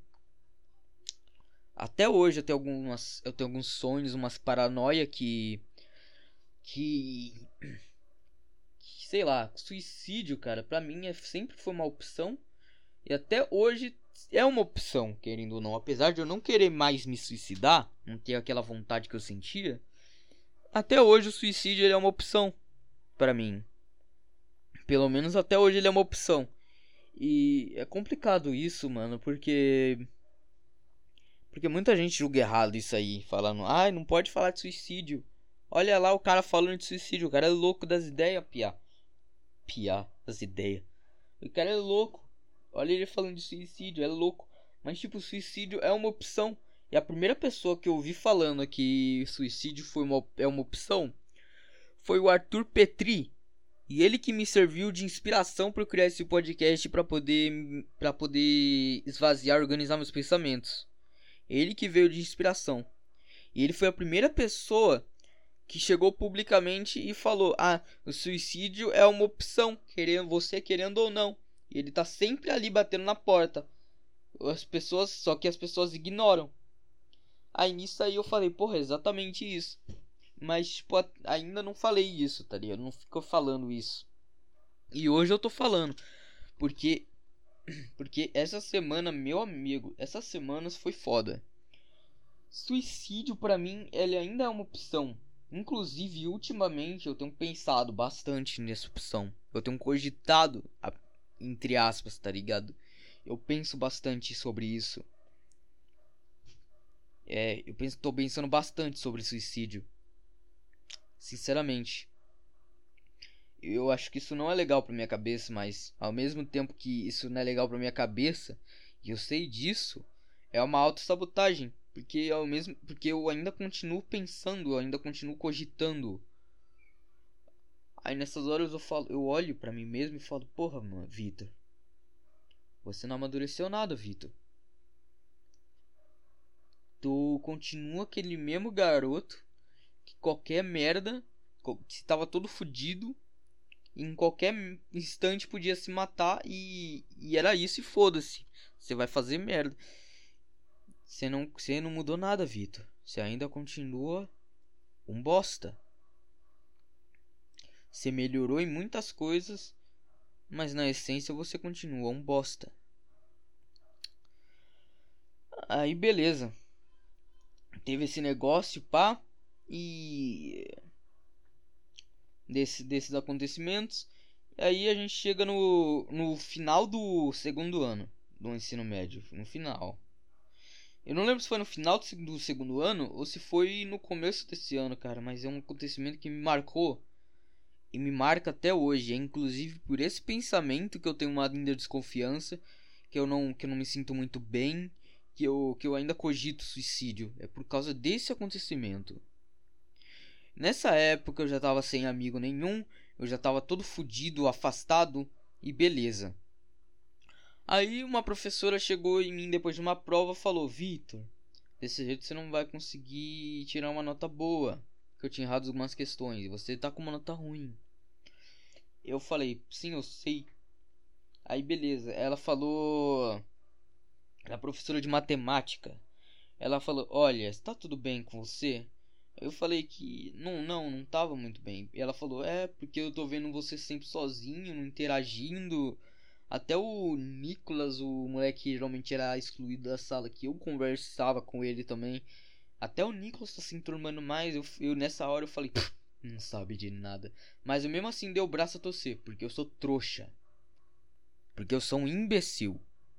Até hoje eu tenho algumas. Eu tenho alguns sonhos, umas paranoia que. Que. que sei lá, suicídio, cara, pra mim é, sempre foi uma opção. E até hoje é uma opção, querendo ou não. Apesar de eu não querer mais me suicidar, não ter aquela vontade que eu sentia. Até hoje o suicídio ele é uma opção pra mim. Pelo menos até hoje ele é uma opção. E é complicado isso, mano, porque porque muita gente julga errado isso aí, falando: "Ai, não pode falar de suicídio. Olha lá o cara falando de suicídio, o cara é louco das ideias, piá. Piá das ideias. O cara é louco. Olha ele falando de suicídio, é louco. Mas tipo, suicídio é uma opção. E a primeira pessoa que eu ouvi falando que suicídio foi uma, é uma opção foi o Arthur Petri. E ele que me serviu de inspiração para criar esse podcast para poder para poder esvaziar, organizar meus pensamentos. Ele que veio de inspiração. E ele foi a primeira pessoa que chegou publicamente e falou: "Ah, o suicídio é uma opção, querendo você querendo ou não". E ele tá sempre ali batendo na porta. As pessoas, só que as pessoas ignoram. Aí nisso aí eu falei: "Porra, é exatamente isso". Mas, tipo, ainda não falei isso, tá ligado? Não fico falando isso. E hoje eu tô falando. Porque. Porque essa semana, meu amigo, essas semanas foi foda. Suicídio pra mim, ele ainda é uma opção. Inclusive, ultimamente eu tenho pensado bastante nessa opção. Eu tenho cogitado, entre aspas, tá ligado? Eu penso bastante sobre isso. É, eu penso, tô pensando bastante sobre suicídio. Sinceramente. Eu acho que isso não é legal pra minha cabeça, mas ao mesmo tempo que isso não é legal pra minha cabeça, e eu sei disso, é uma autossabotagem. Porque, ao mesmo, porque eu ainda continuo pensando, eu ainda continuo cogitando. Aí nessas horas eu falo, eu olho pra mim mesmo e falo, porra, mano, Vitor, você não amadureceu nada, Vitor. Tu continua aquele mesmo garoto que qualquer merda, se tava todo fudido, em qualquer instante podia se matar e, e era isso e foda-se. Você vai fazer merda. Você não, você não mudou nada, Vitor. Você ainda continua um bosta. Você melhorou em muitas coisas, mas na essência você continua um bosta. Aí beleza. Teve esse negócio, pá. E desse, desses acontecimentos. Aí a gente chega no, no final do segundo ano do ensino médio. No final. Eu não lembro se foi no final do segundo ano ou se foi no começo desse ano, cara. Mas é um acontecimento que me marcou. E me marca até hoje. É inclusive por esse pensamento que eu tenho uma linda desconfiança. Que eu não, que eu não me sinto muito bem. Que eu, que eu ainda cogito suicídio. É por causa desse acontecimento. Nessa época eu já tava sem amigo nenhum. Eu já tava todo fudido, afastado. E beleza. Aí uma professora chegou em mim depois de uma prova e falou: Vitor, desse jeito você não vai conseguir tirar uma nota boa. Que eu tinha errado algumas questões. E você tá com uma nota ruim. Eu falei, sim, eu sei. Aí beleza. Ela falou... A professora de matemática. Ela falou, olha, está tudo bem com você? Eu falei que não, não, não tava muito bem. E ela falou, é, porque eu tô vendo você sempre sozinho, não interagindo. Até o Nicolas, o moleque que geralmente era excluído da sala, que eu conversava com ele também. Até o Nicolas tá se enturmando mais. Eu, eu nessa hora eu falei, não sabe de nada. Mas eu mesmo assim dei o braço a torcer, porque eu sou trouxa. Porque eu sou um imbecil.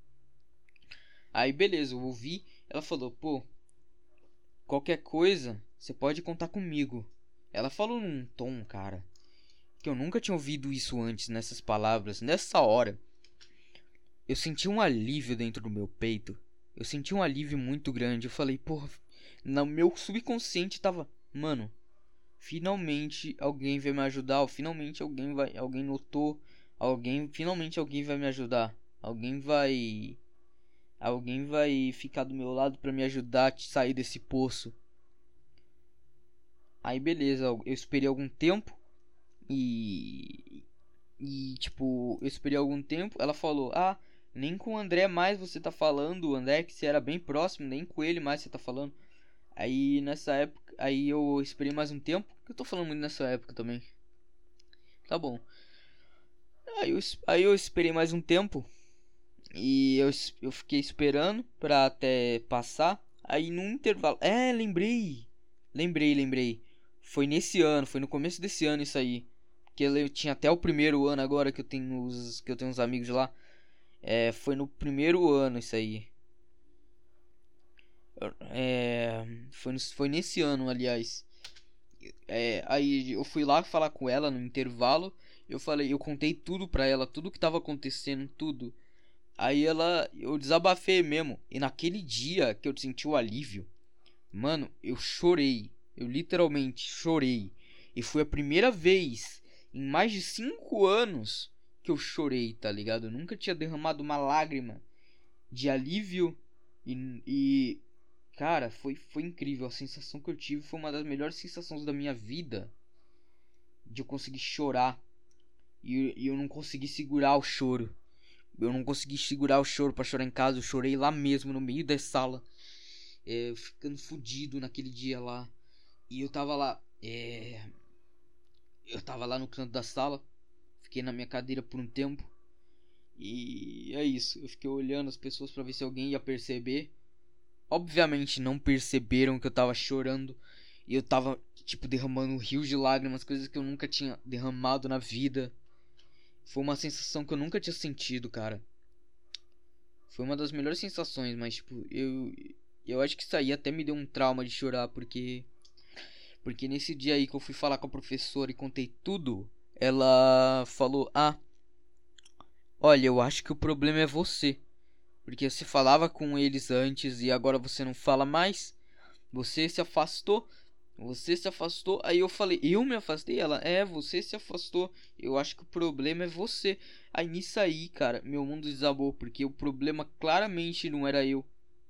Aí beleza, eu ouvi. Ela falou, pô, qualquer coisa, você pode contar comigo. Ela falou num tom, cara, que eu nunca tinha ouvido isso antes, nessas palavras. Nessa hora, eu senti um alívio dentro do meu peito. Eu senti um alívio muito grande. Eu falei, porra, no meu subconsciente tava, mano, finalmente alguém vai me ajudar. Ou finalmente alguém vai, alguém notou, alguém, finalmente alguém vai me ajudar. Alguém vai, alguém vai ficar do meu lado pra me ajudar a sair desse poço. Aí beleza, eu esperei algum tempo e e tipo, eu esperei algum tempo, ela falou: "Ah, nem com o André mais você tá falando, o André que você era bem próximo, nem com ele mais você tá falando". Aí nessa época, aí eu esperei mais um tempo, que eu tô falando muito nessa época também. Tá bom. Aí eu, aí eu esperei mais um tempo e eu, eu fiquei esperando pra até passar. Aí no intervalo, é, lembrei. Lembrei, lembrei. Foi nesse ano, foi no começo desse ano isso aí. Que eu tinha até o primeiro ano agora que eu tenho os que eu tenho uns amigos lá. É, foi no primeiro ano isso aí. É, foi, no, foi nesse ano, aliás. É, aí eu fui lá falar com ela no intervalo. Eu falei, eu contei tudo pra ela, tudo que tava acontecendo, tudo. Aí ela, eu desabafei mesmo. E naquele dia que eu senti o alívio, mano, eu chorei. Eu literalmente chorei. E foi a primeira vez em mais de cinco anos que eu chorei, tá ligado? Eu nunca tinha derramado uma lágrima de alívio. E, e cara, foi, foi incrível. A sensação que eu tive foi uma das melhores sensações da minha vida. De eu conseguir chorar. E, e eu não consegui segurar o choro. Eu não consegui segurar o choro pra chorar em casa. Eu chorei lá mesmo, no meio da sala. É, ficando fudido naquele dia lá. E eu tava lá. É... Eu tava lá no canto da sala. Fiquei na minha cadeira por um tempo. E é isso. Eu fiquei olhando as pessoas pra ver se alguém ia perceber. Obviamente não perceberam que eu tava chorando. E eu tava, tipo, derramando rios de lágrimas. Coisas que eu nunca tinha derramado na vida. Foi uma sensação que eu nunca tinha sentido, cara. Foi uma das melhores sensações, mas tipo, eu eu acho que isso aí até me deu um trauma de chorar, porque porque nesse dia aí que eu fui falar com a professora e contei tudo, ela falou: "Ah, olha, eu acho que o problema é você, porque você falava com eles antes e agora você não fala mais. Você se afastou. Você se afastou." Aí eu falei: "Eu me afastei?" Ela: "É, você se afastou. Eu acho que o problema é você." Aí nisso aí, cara, meu mundo desabou, porque o problema claramente não era eu.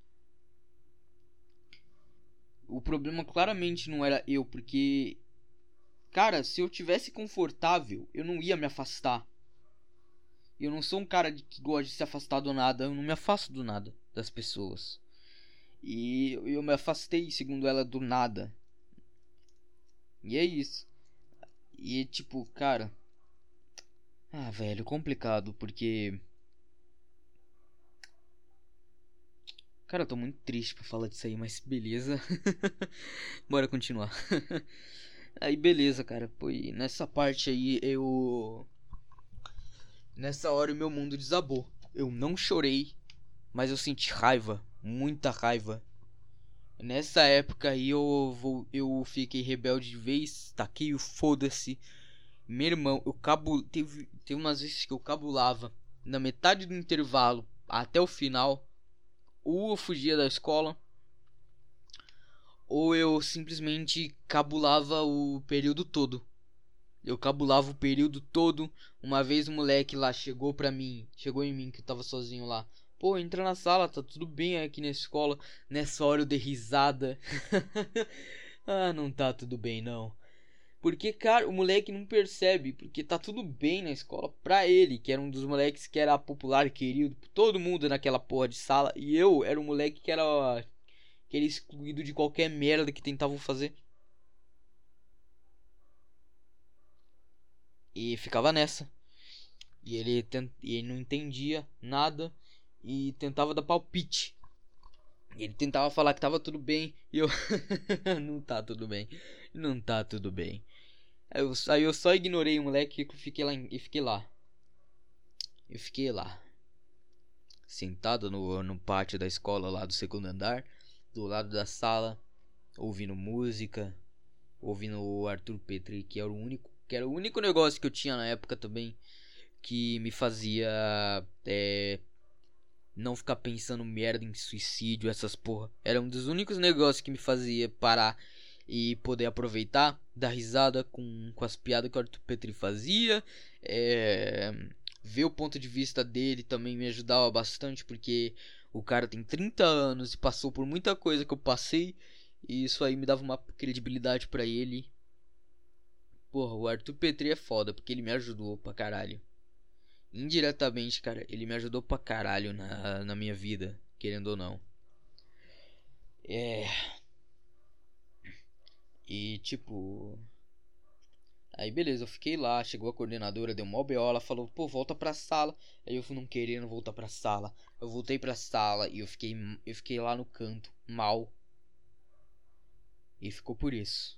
O problema claramente não era eu, porque, cara, se eu tivesse confortável, eu não ia me afastar. Eu não sou um cara de, que gosta de se afastar do nada. Eu não me afasto do nada das pessoas. E eu me afastei, segundo ela, do nada. E é isso. E tipo, cara. Ah, velho, complicado, porque. Cara, eu tô muito triste pra falar disso aí, mas beleza. Bora continuar. Aí, beleza, cara. Foi nessa parte aí eu. Nessa hora o meu mundo desabou. Eu não chorei, mas eu senti raiva. Muita raiva. Nessa época aí eu, vou, eu fiquei rebelde de vez. Taquei o foda-se. Meu irmão, eu cabo. Teve, teve umas vezes que eu cabulava na metade do intervalo até o final. Ou eu fugia da escola, ou eu simplesmente cabulava o período todo. Eu cabulava o período todo. Uma vez um moleque lá chegou pra mim, chegou em mim que eu tava sozinho lá. Pô, entra na sala, tá tudo bem aqui na escola. Nessa hora eu dei risada. Ah, não tá tudo bem não. Porque, cara, o moleque não percebe, porque tá tudo bem na escola pra ele, que era um dos moleques que era popular, querido por todo mundo naquela porra de sala. E eu era um moleque que era, que era excluído de qualquer merda que tentavam fazer. E ficava nessa. E ele, tent... e ele não entendia nada e tentava dar palpite. E ele tentava falar que tava tudo bem e eu... Não tá tudo bem, não tá tudo bem. Aí eu, aí eu só ignorei o moleque e fiquei lá, e fiquei lá. Eu fiquei lá, sentado no, no pátio da escola lá do segundo andar, do lado da sala, ouvindo música, ouvindo o Arthur Petri, que era o único, que era o único negócio que eu tinha na época também, que me fazia é, não ficar pensando merda em suicídio, essas porra. Era um dos únicos negócios que me fazia parar e poder aproveitar, dar risada com, com as piadas que o Arthur Petri fazia. É, ver o ponto de vista dele também me ajudava bastante, porque o cara tem trinta anos e passou por muita coisa que eu passei, e isso aí me dava uma credibilidade pra ele. Porra, o Arthur Petri é foda, porque ele me ajudou pra caralho. Indiretamente, cara, ele me ajudou pra caralho na, na minha vida, querendo ou não. É. E tipo. Aí beleza, eu fiquei lá, chegou a coordenadora, deu mó B O, ela falou, pô, volta pra sala. Aí eu fui não querendo voltar pra sala. Eu voltei pra sala e eu fiquei, eu fiquei lá no canto, mal. E ficou por isso.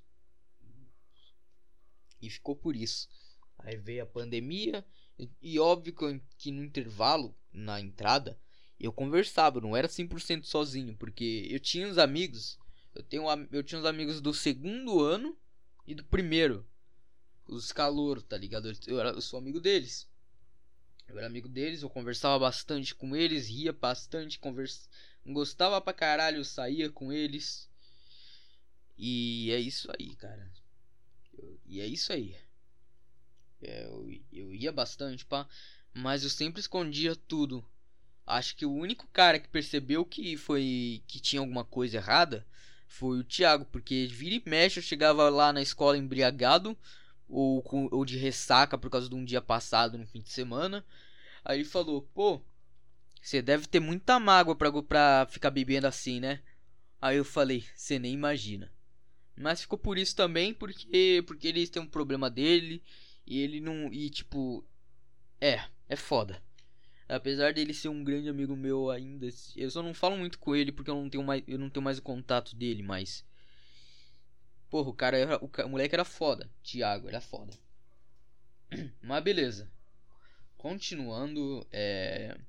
E ficou por isso. Aí veio a pandemia. E, e óbvio que, que no intervalo, na entrada, eu conversava, eu não era cem por cento sozinho. Porque eu tinha uns amigos. Eu, tenho, eu tinha uns amigos do segundo ano e do primeiro. Os calouros, tá ligado? Eu, era, eu sou amigo deles. Eu era amigo deles, eu conversava bastante com eles, ria bastante, conversa... gostava pra caralho, eu saía com eles. E é isso aí, cara. Eu, e é isso aí. Eu, eu ia bastante, pá. Mas eu sempre escondia tudo. Acho que o único cara que percebeu que foi que tinha alguma coisa errada foi o Thiago, porque vira e mexe eu chegava lá na escola embriagado ou, com, ou de ressaca por causa de um dia passado no fim de semana. Aí ele falou, pô, você deve ter muita mágoa pra, pra ficar bebendo assim, né? Aí eu falei, você nem imagina. Mas ficou por isso também, porque porque eles têm um problema dele e ele não, e tipo, é, é foda. Apesar dele ser um grande amigo meu ainda, eu só não falo muito com ele porque eu não tenho mais, eu não tenho mais o contato dele, mas porra, o cara era, o, o moleque era foda, Thiago era foda. Mas beleza. continuando, é...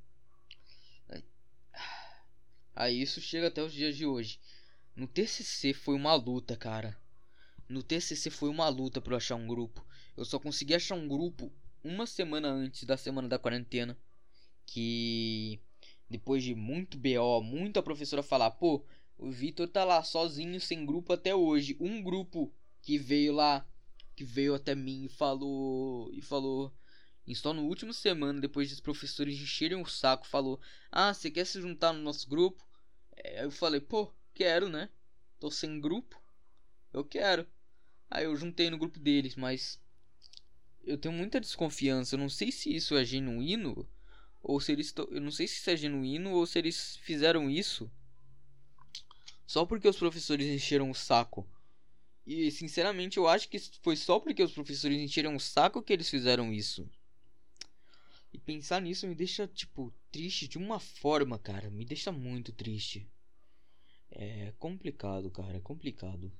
Aí isso chega até os dias de hoje. No T C C foi uma luta, cara. No T C C foi uma luta pra eu achar um grupo. Eu só consegui achar um grupo uma semana antes da semana da quarentena. Que depois de muito B O, muita professora falar: pô, o Vitor tá lá sozinho, sem grupo até hoje. Um grupo que veio lá, que veio até mim e falou... E falou... E só no último semana, depois dos professores encherem o saco, falou: ah, você quer se juntar no nosso grupo? Aí eu falei: pô, quero, né? Tô sem grupo, eu quero. Aí eu juntei no grupo deles, mas eu tenho muita desconfiança. Eu não sei se isso é genuíno, ou se eles... Eu não sei se isso é genuíno ou se eles fizeram isso só porque os professores encheram o saco. E sinceramente eu acho que foi só porque os professores encheram o saco que eles fizeram isso. E pensar nisso me deixa, tipo, triste de uma forma, cara. Me deixa muito triste. É complicado, cara. É complicado.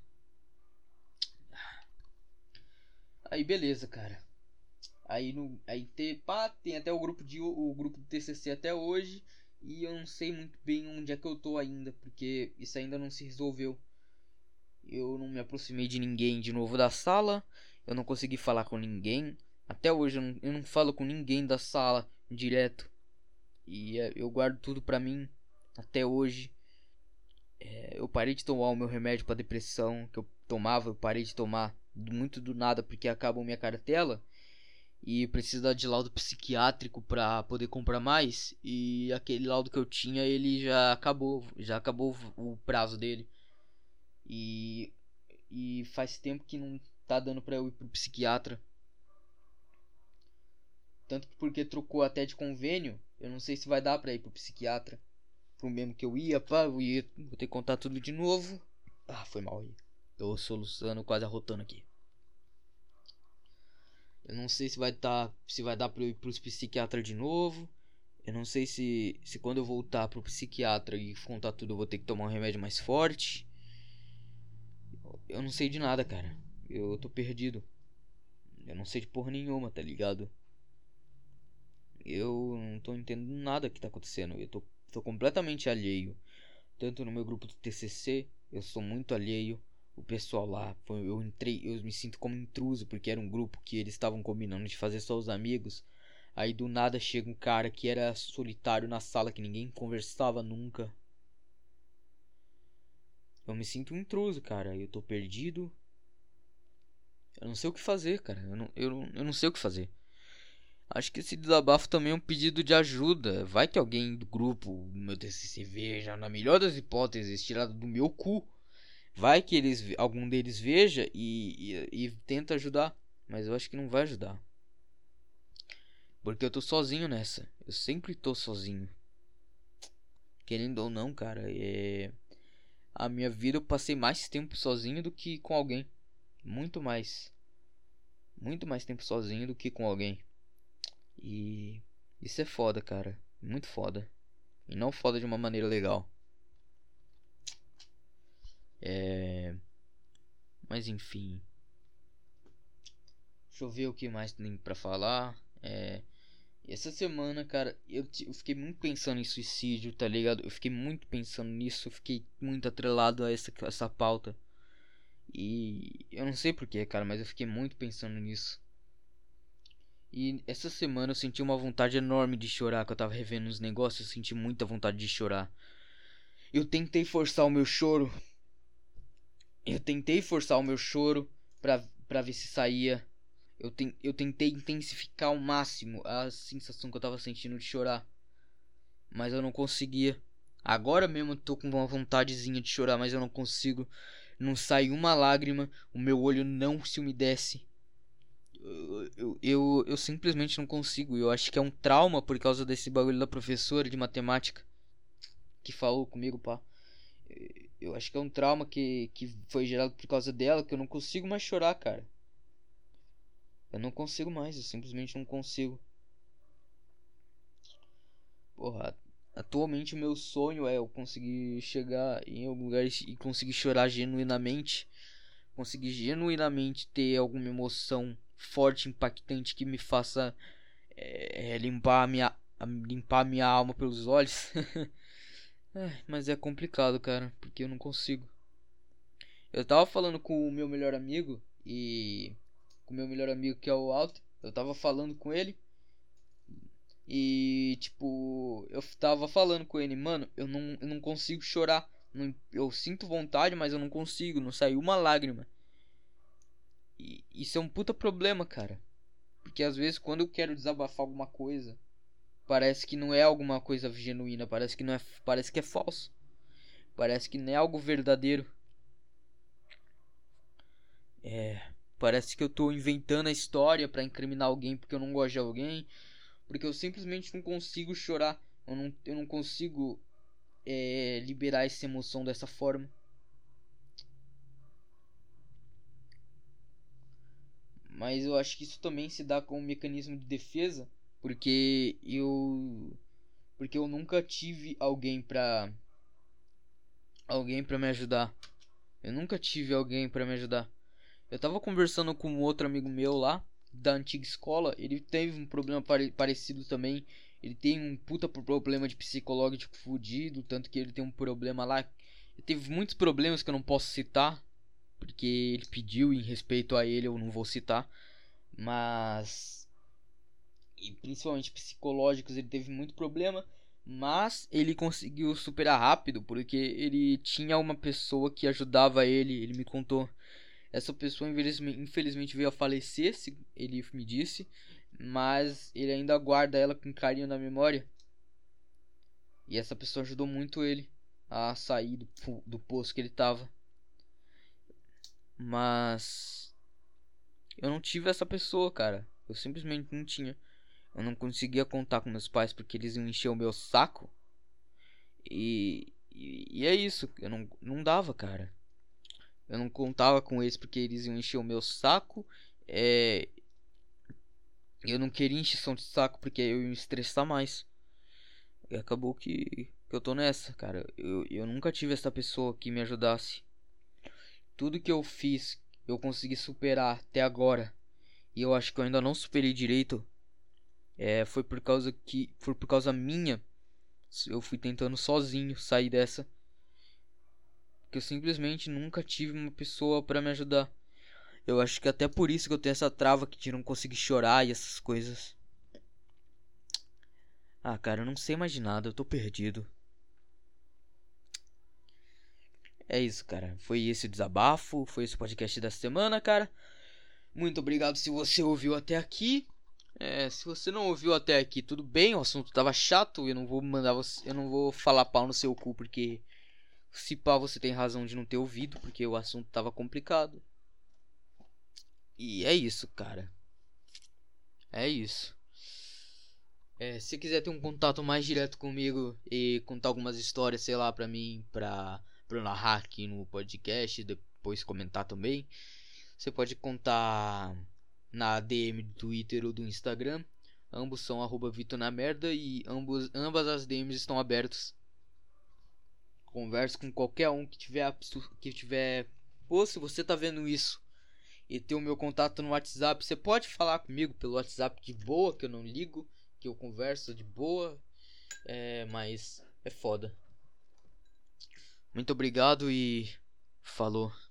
Aí beleza, cara. Aí no aí tem, pá, tem até o grupo de o grupo do T C C até hoje, e eu não sei muito bem onde é que eu tô ainda, porque isso ainda não se resolveu. Eu não me aproximei de ninguém de novo da sala, eu não consegui falar com ninguém. Até hoje eu não, eu não falo com ninguém da sala direto. E é, eu guardo tudo pra mim até hoje. É, eu parei de tomar o meu remédio pra depressão que eu tomava, eu parei de tomar muito do nada porque acabou minha cartela. E precisa de laudo psiquiátrico para poder comprar mais. E aquele laudo que eu tinha, ele já acabou. Já acabou o prazo dele. E, e faz tempo que não tá dando pra eu ir pro psiquiatra. Tanto que porque trocou até de convênio, eu não sei se vai dar pra ir pro psiquiatra. Pro mesmo que eu ia, pá, eu ia, vou ter que contar tudo de novo. Ah, foi mal aí. Tô soluçando, quase arrotando aqui. Eu não sei se vai dar, se vai dar pra eu ir pro psiquiatra de novo. Eu não sei se, se quando eu voltar pro psiquiatra e contar tudo eu vou ter que tomar um remédio mais forte. Eu não sei de nada, cara. Eu tô perdido. Eu não sei de porra nenhuma, tá ligado? Eu não tô entendendo nada que tá acontecendo. Eu tô, tô completamente alheio. Tanto no meu grupo do T C C, eu sou muito alheio. O pessoal lá, eu entrei, eu me sinto como intruso, porque era um grupo que eles estavam combinando de fazer só os amigos. Aí do nada chega um cara que era solitário na sala, que ninguém conversava nunca. Eu me sinto um intruso, cara. Eu tô perdido. Eu não sei o que fazer, cara. Eu não, eu, não, eu não sei o que fazer. Acho que esse desabafo também é um pedido de ajuda. Vai que alguém do grupo, do meu T C C, veja, na melhor das hipóteses, tirado do meu cu. Vai que eles, algum deles veja e, e, e tenta ajudar. Mas eu acho que não vai ajudar. Porque eu tô sozinho nessa. Eu sempre tô sozinho. Querendo ou não, cara. É... A minha vida eu passei mais tempo sozinho do que com alguém. Muito mais. Muito mais tempo sozinho do que com alguém. E isso é foda, cara. Muito foda. E não foda de uma maneira legal. É... Mas enfim. Deixa eu ver o que mais tem pra falar. É... Essa semana, cara, eu, eu fiquei muito pensando em suicídio, tá ligado? Eu fiquei muito pensando nisso. Eu fiquei muito atrelado a essa, essa pauta. E eu não sei porquê, cara, mas eu fiquei muito pensando nisso. E essa semana eu senti uma vontade enorme de chorar. Que eu tava revendo os negócios, eu senti muita vontade de chorar. Eu tentei forçar o meu choro. Eu tentei forçar o meu choro pra, pra ver se saía. Eu, ten, eu tentei intensificar ao máximo a sensação que eu tava sentindo de chorar. Mas eu não conseguia. Agora mesmo eu tô com uma vontadezinha de chorar, mas eu não consigo. Não sai uma lágrima. O meu olho não se umedece. Eu, eu, eu, eu simplesmente não consigo. Eu acho que é um trauma por causa desse bagulho da professora de matemática que falou comigo, pá. Eu acho que é um trauma que, que foi gerado por causa dela, que eu não consigo mais chorar, cara. Eu não consigo mais, eu simplesmente não consigo. Porra, atualmente o meu sonho é eu conseguir chegar em algum lugar e conseguir chorar genuinamente. Conseguir genuinamente ter alguma emoção forte, impactante que me faça é, é limpar a minha, a, limpar a minha alma pelos olhos. Ai, mas é complicado, cara, porque eu não consigo. Eu tava falando com o meu melhor amigo e com o meu melhor amigo que é o Alto. Eu tava falando com ele e tipo, eu tava falando com ele, mano, eu não, eu não consigo chorar. Não, eu sinto vontade, mas eu não consigo, não saiu uma lágrima. E isso é um puta problema, cara. Porque às vezes quando eu quero desabafar alguma coisa, parece que não é alguma coisa genuína, parece que não é, parece que é falso. Parece que não é algo verdadeiro. É, parece que eu tô inventando a história pra incriminar alguém porque eu não gosto de alguém, porque eu simplesmente não consigo chorar. Eu não, eu não consigo é, liberar essa emoção dessa forma. Mas eu acho que isso também se dá com um mecanismo de defesa, porque eu porque eu nunca tive alguém pra alguém para me ajudar. Eu nunca tive alguém pra me ajudar. Eu tava conversando com um outro amigo meu lá da antiga escola, ele teve um problema pare parecido também. Ele tem um puta problema de psicológico fudido, tanto que ele tem um problema lá. Ele teve muitos problemas que eu não posso citar, porque ele pediu em respeito a ele, eu não vou citar. Mas e principalmente psicológicos, ele teve muito problema, mas ele conseguiu superar rápido porque ele tinha uma pessoa que ajudava ele, ele me contou. Essa pessoa infelizmente veio a falecer, ele me disse, mas ele ainda guarda ela com carinho na memória. E essa pessoa ajudou muito ele a sair do, do poço que ele tava. Mas eu não tive essa pessoa, cara. Eu simplesmente não tinha. Eu não conseguia contar com meus pais porque eles iam encher o meu saco. E, e, e é isso. Eu não, não dava, cara. Eu não contava com eles porque eles iam encher o meu saco. É, eu não queria encheção de saco porque eu ia me estressar mais. E acabou que, que eu tô nessa, cara. Eu, eu nunca tive essa pessoa que me ajudasse. Tudo que eu fiz, eu consegui superar até agora. E eu acho que eu ainda não superei direito. É, foi por causa que. Foi por causa minha. Eu fui tentando sozinho sair dessa. Porque eu simplesmente nunca tive uma pessoa pra me ajudar. Eu acho que até por isso que eu tenho essa trava aqui de não conseguir chorar e essas coisas. Ah, cara, eu não sei mais de nada, eu tô perdido. É isso, cara. Foi esse o desabafo, foi esse o podcast da semana, cara. Muito obrigado se você ouviu até aqui. É, se você não ouviu até aqui, tudo bem, o assunto tava chato, eu não vou mandar você, eu não vou falar pau no seu cu porque se pá você tem razão de não ter ouvido, porque o assunto tava complicado. E é isso, cara. É isso. É, se quiser ter um contato mais direto comigo e contar algumas histórias, sei lá, pra mim, pra, pra eu narrar aqui no podcast, depois comentar também, você pode contar na D M do Twitter ou do Instagram. Ambos são arroba Vitor na merda e ambos, ambas as D Ms estão abertas. Converse com qualquer um que tiver, que tiver. Ou se você tá vendo isso e tem o meu contato no WhatsApp, você pode falar comigo pelo WhatsApp de boa, que eu não ligo, que eu converso de boa. É, mas é foda. Muito obrigado e falou.